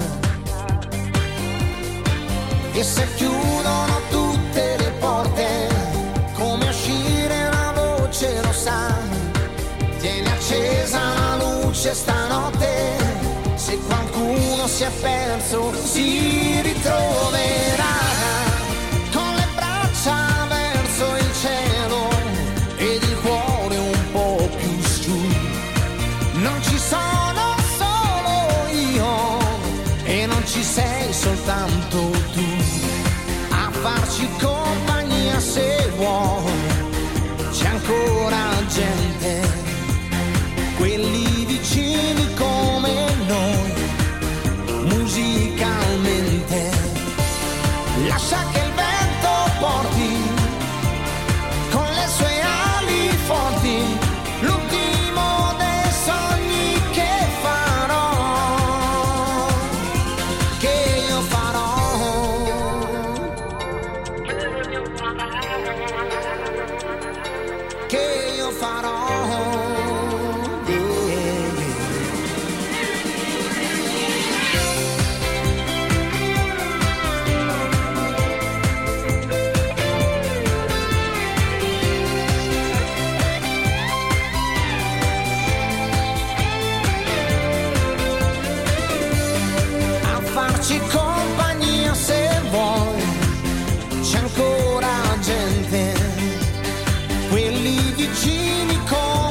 e se chiudono tutte le porte, come uscire una voce lo sa, tieni accesa la luce stanotte, se qualcuno si è perso si ritroverà, con le braccia verso il cielo ed il cuore un po' più su. Non ci sono solo io e non ci sei soltanto tu, a farci compagnia se vuoi, c'è ancora gente, quelli vicini come noi, musicalmente. Lascia che il vento porti con le sue ali forti l'ultimo dei sogni che farò, che io farò. Che io farò, yeah, yeah. A farci compagnia se vuoi, c'è ancora gente, quelli vicini con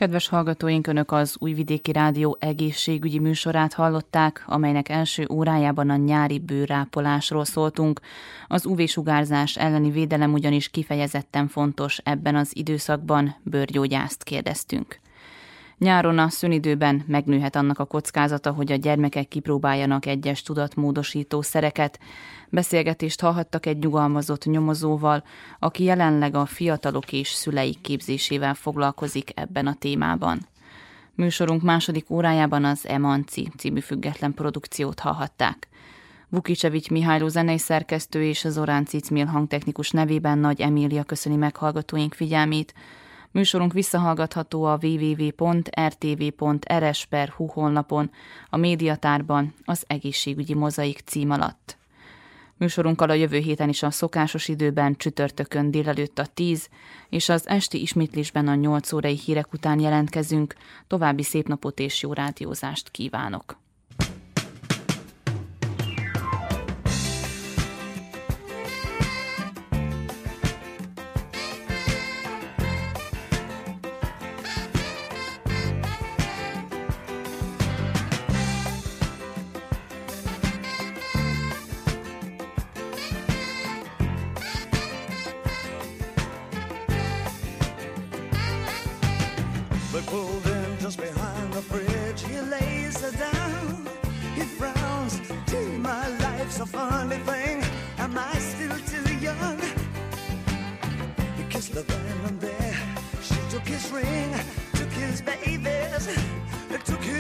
Kedves hallgatóink, Önök az Újvidéki Rádió egészségügyi műsorát hallották, amelynek első órájában a nyári bőrápolásról szóltunk. Az ú vé-sugárzás elleni védelem ugyanis kifejezetten fontos ebben az időszakban, bőrgyógyászt kérdeztünk. Nyáron a szünidőben megnőhet annak a kockázata, hogy a gyermekek kipróbáljanak egyes tudatmódosító szereket. Beszélgetést hallhattak egy nyugalmazott nyomozóval, aki jelenleg a fiatalok és szüleik képzésével foglalkozik ebben a témában. Műsorunk második órájában az Emanci című független produkciót hallhatták. Vukicsevics Mihályló zenei szerkesztő és Zorán Cicmil hangtechnikus nevében Nagy Emília köszöni meghallgatóink figyelmét. Műsorunk visszahallgatható a double-u double-u double-u pont r t v pont r s pont h u honlapon, a médiatárban, az egészségügyi mozaik cím alatt. Műsorunkkal a jövő héten is a szokásos időben csütörtökön délelőtt a tíz, és az esti ismétlésben a nyolc órai hírek után jelentkezünk. További szép napot és jó rádiózást kívánok! Took his ring, took his babies, took his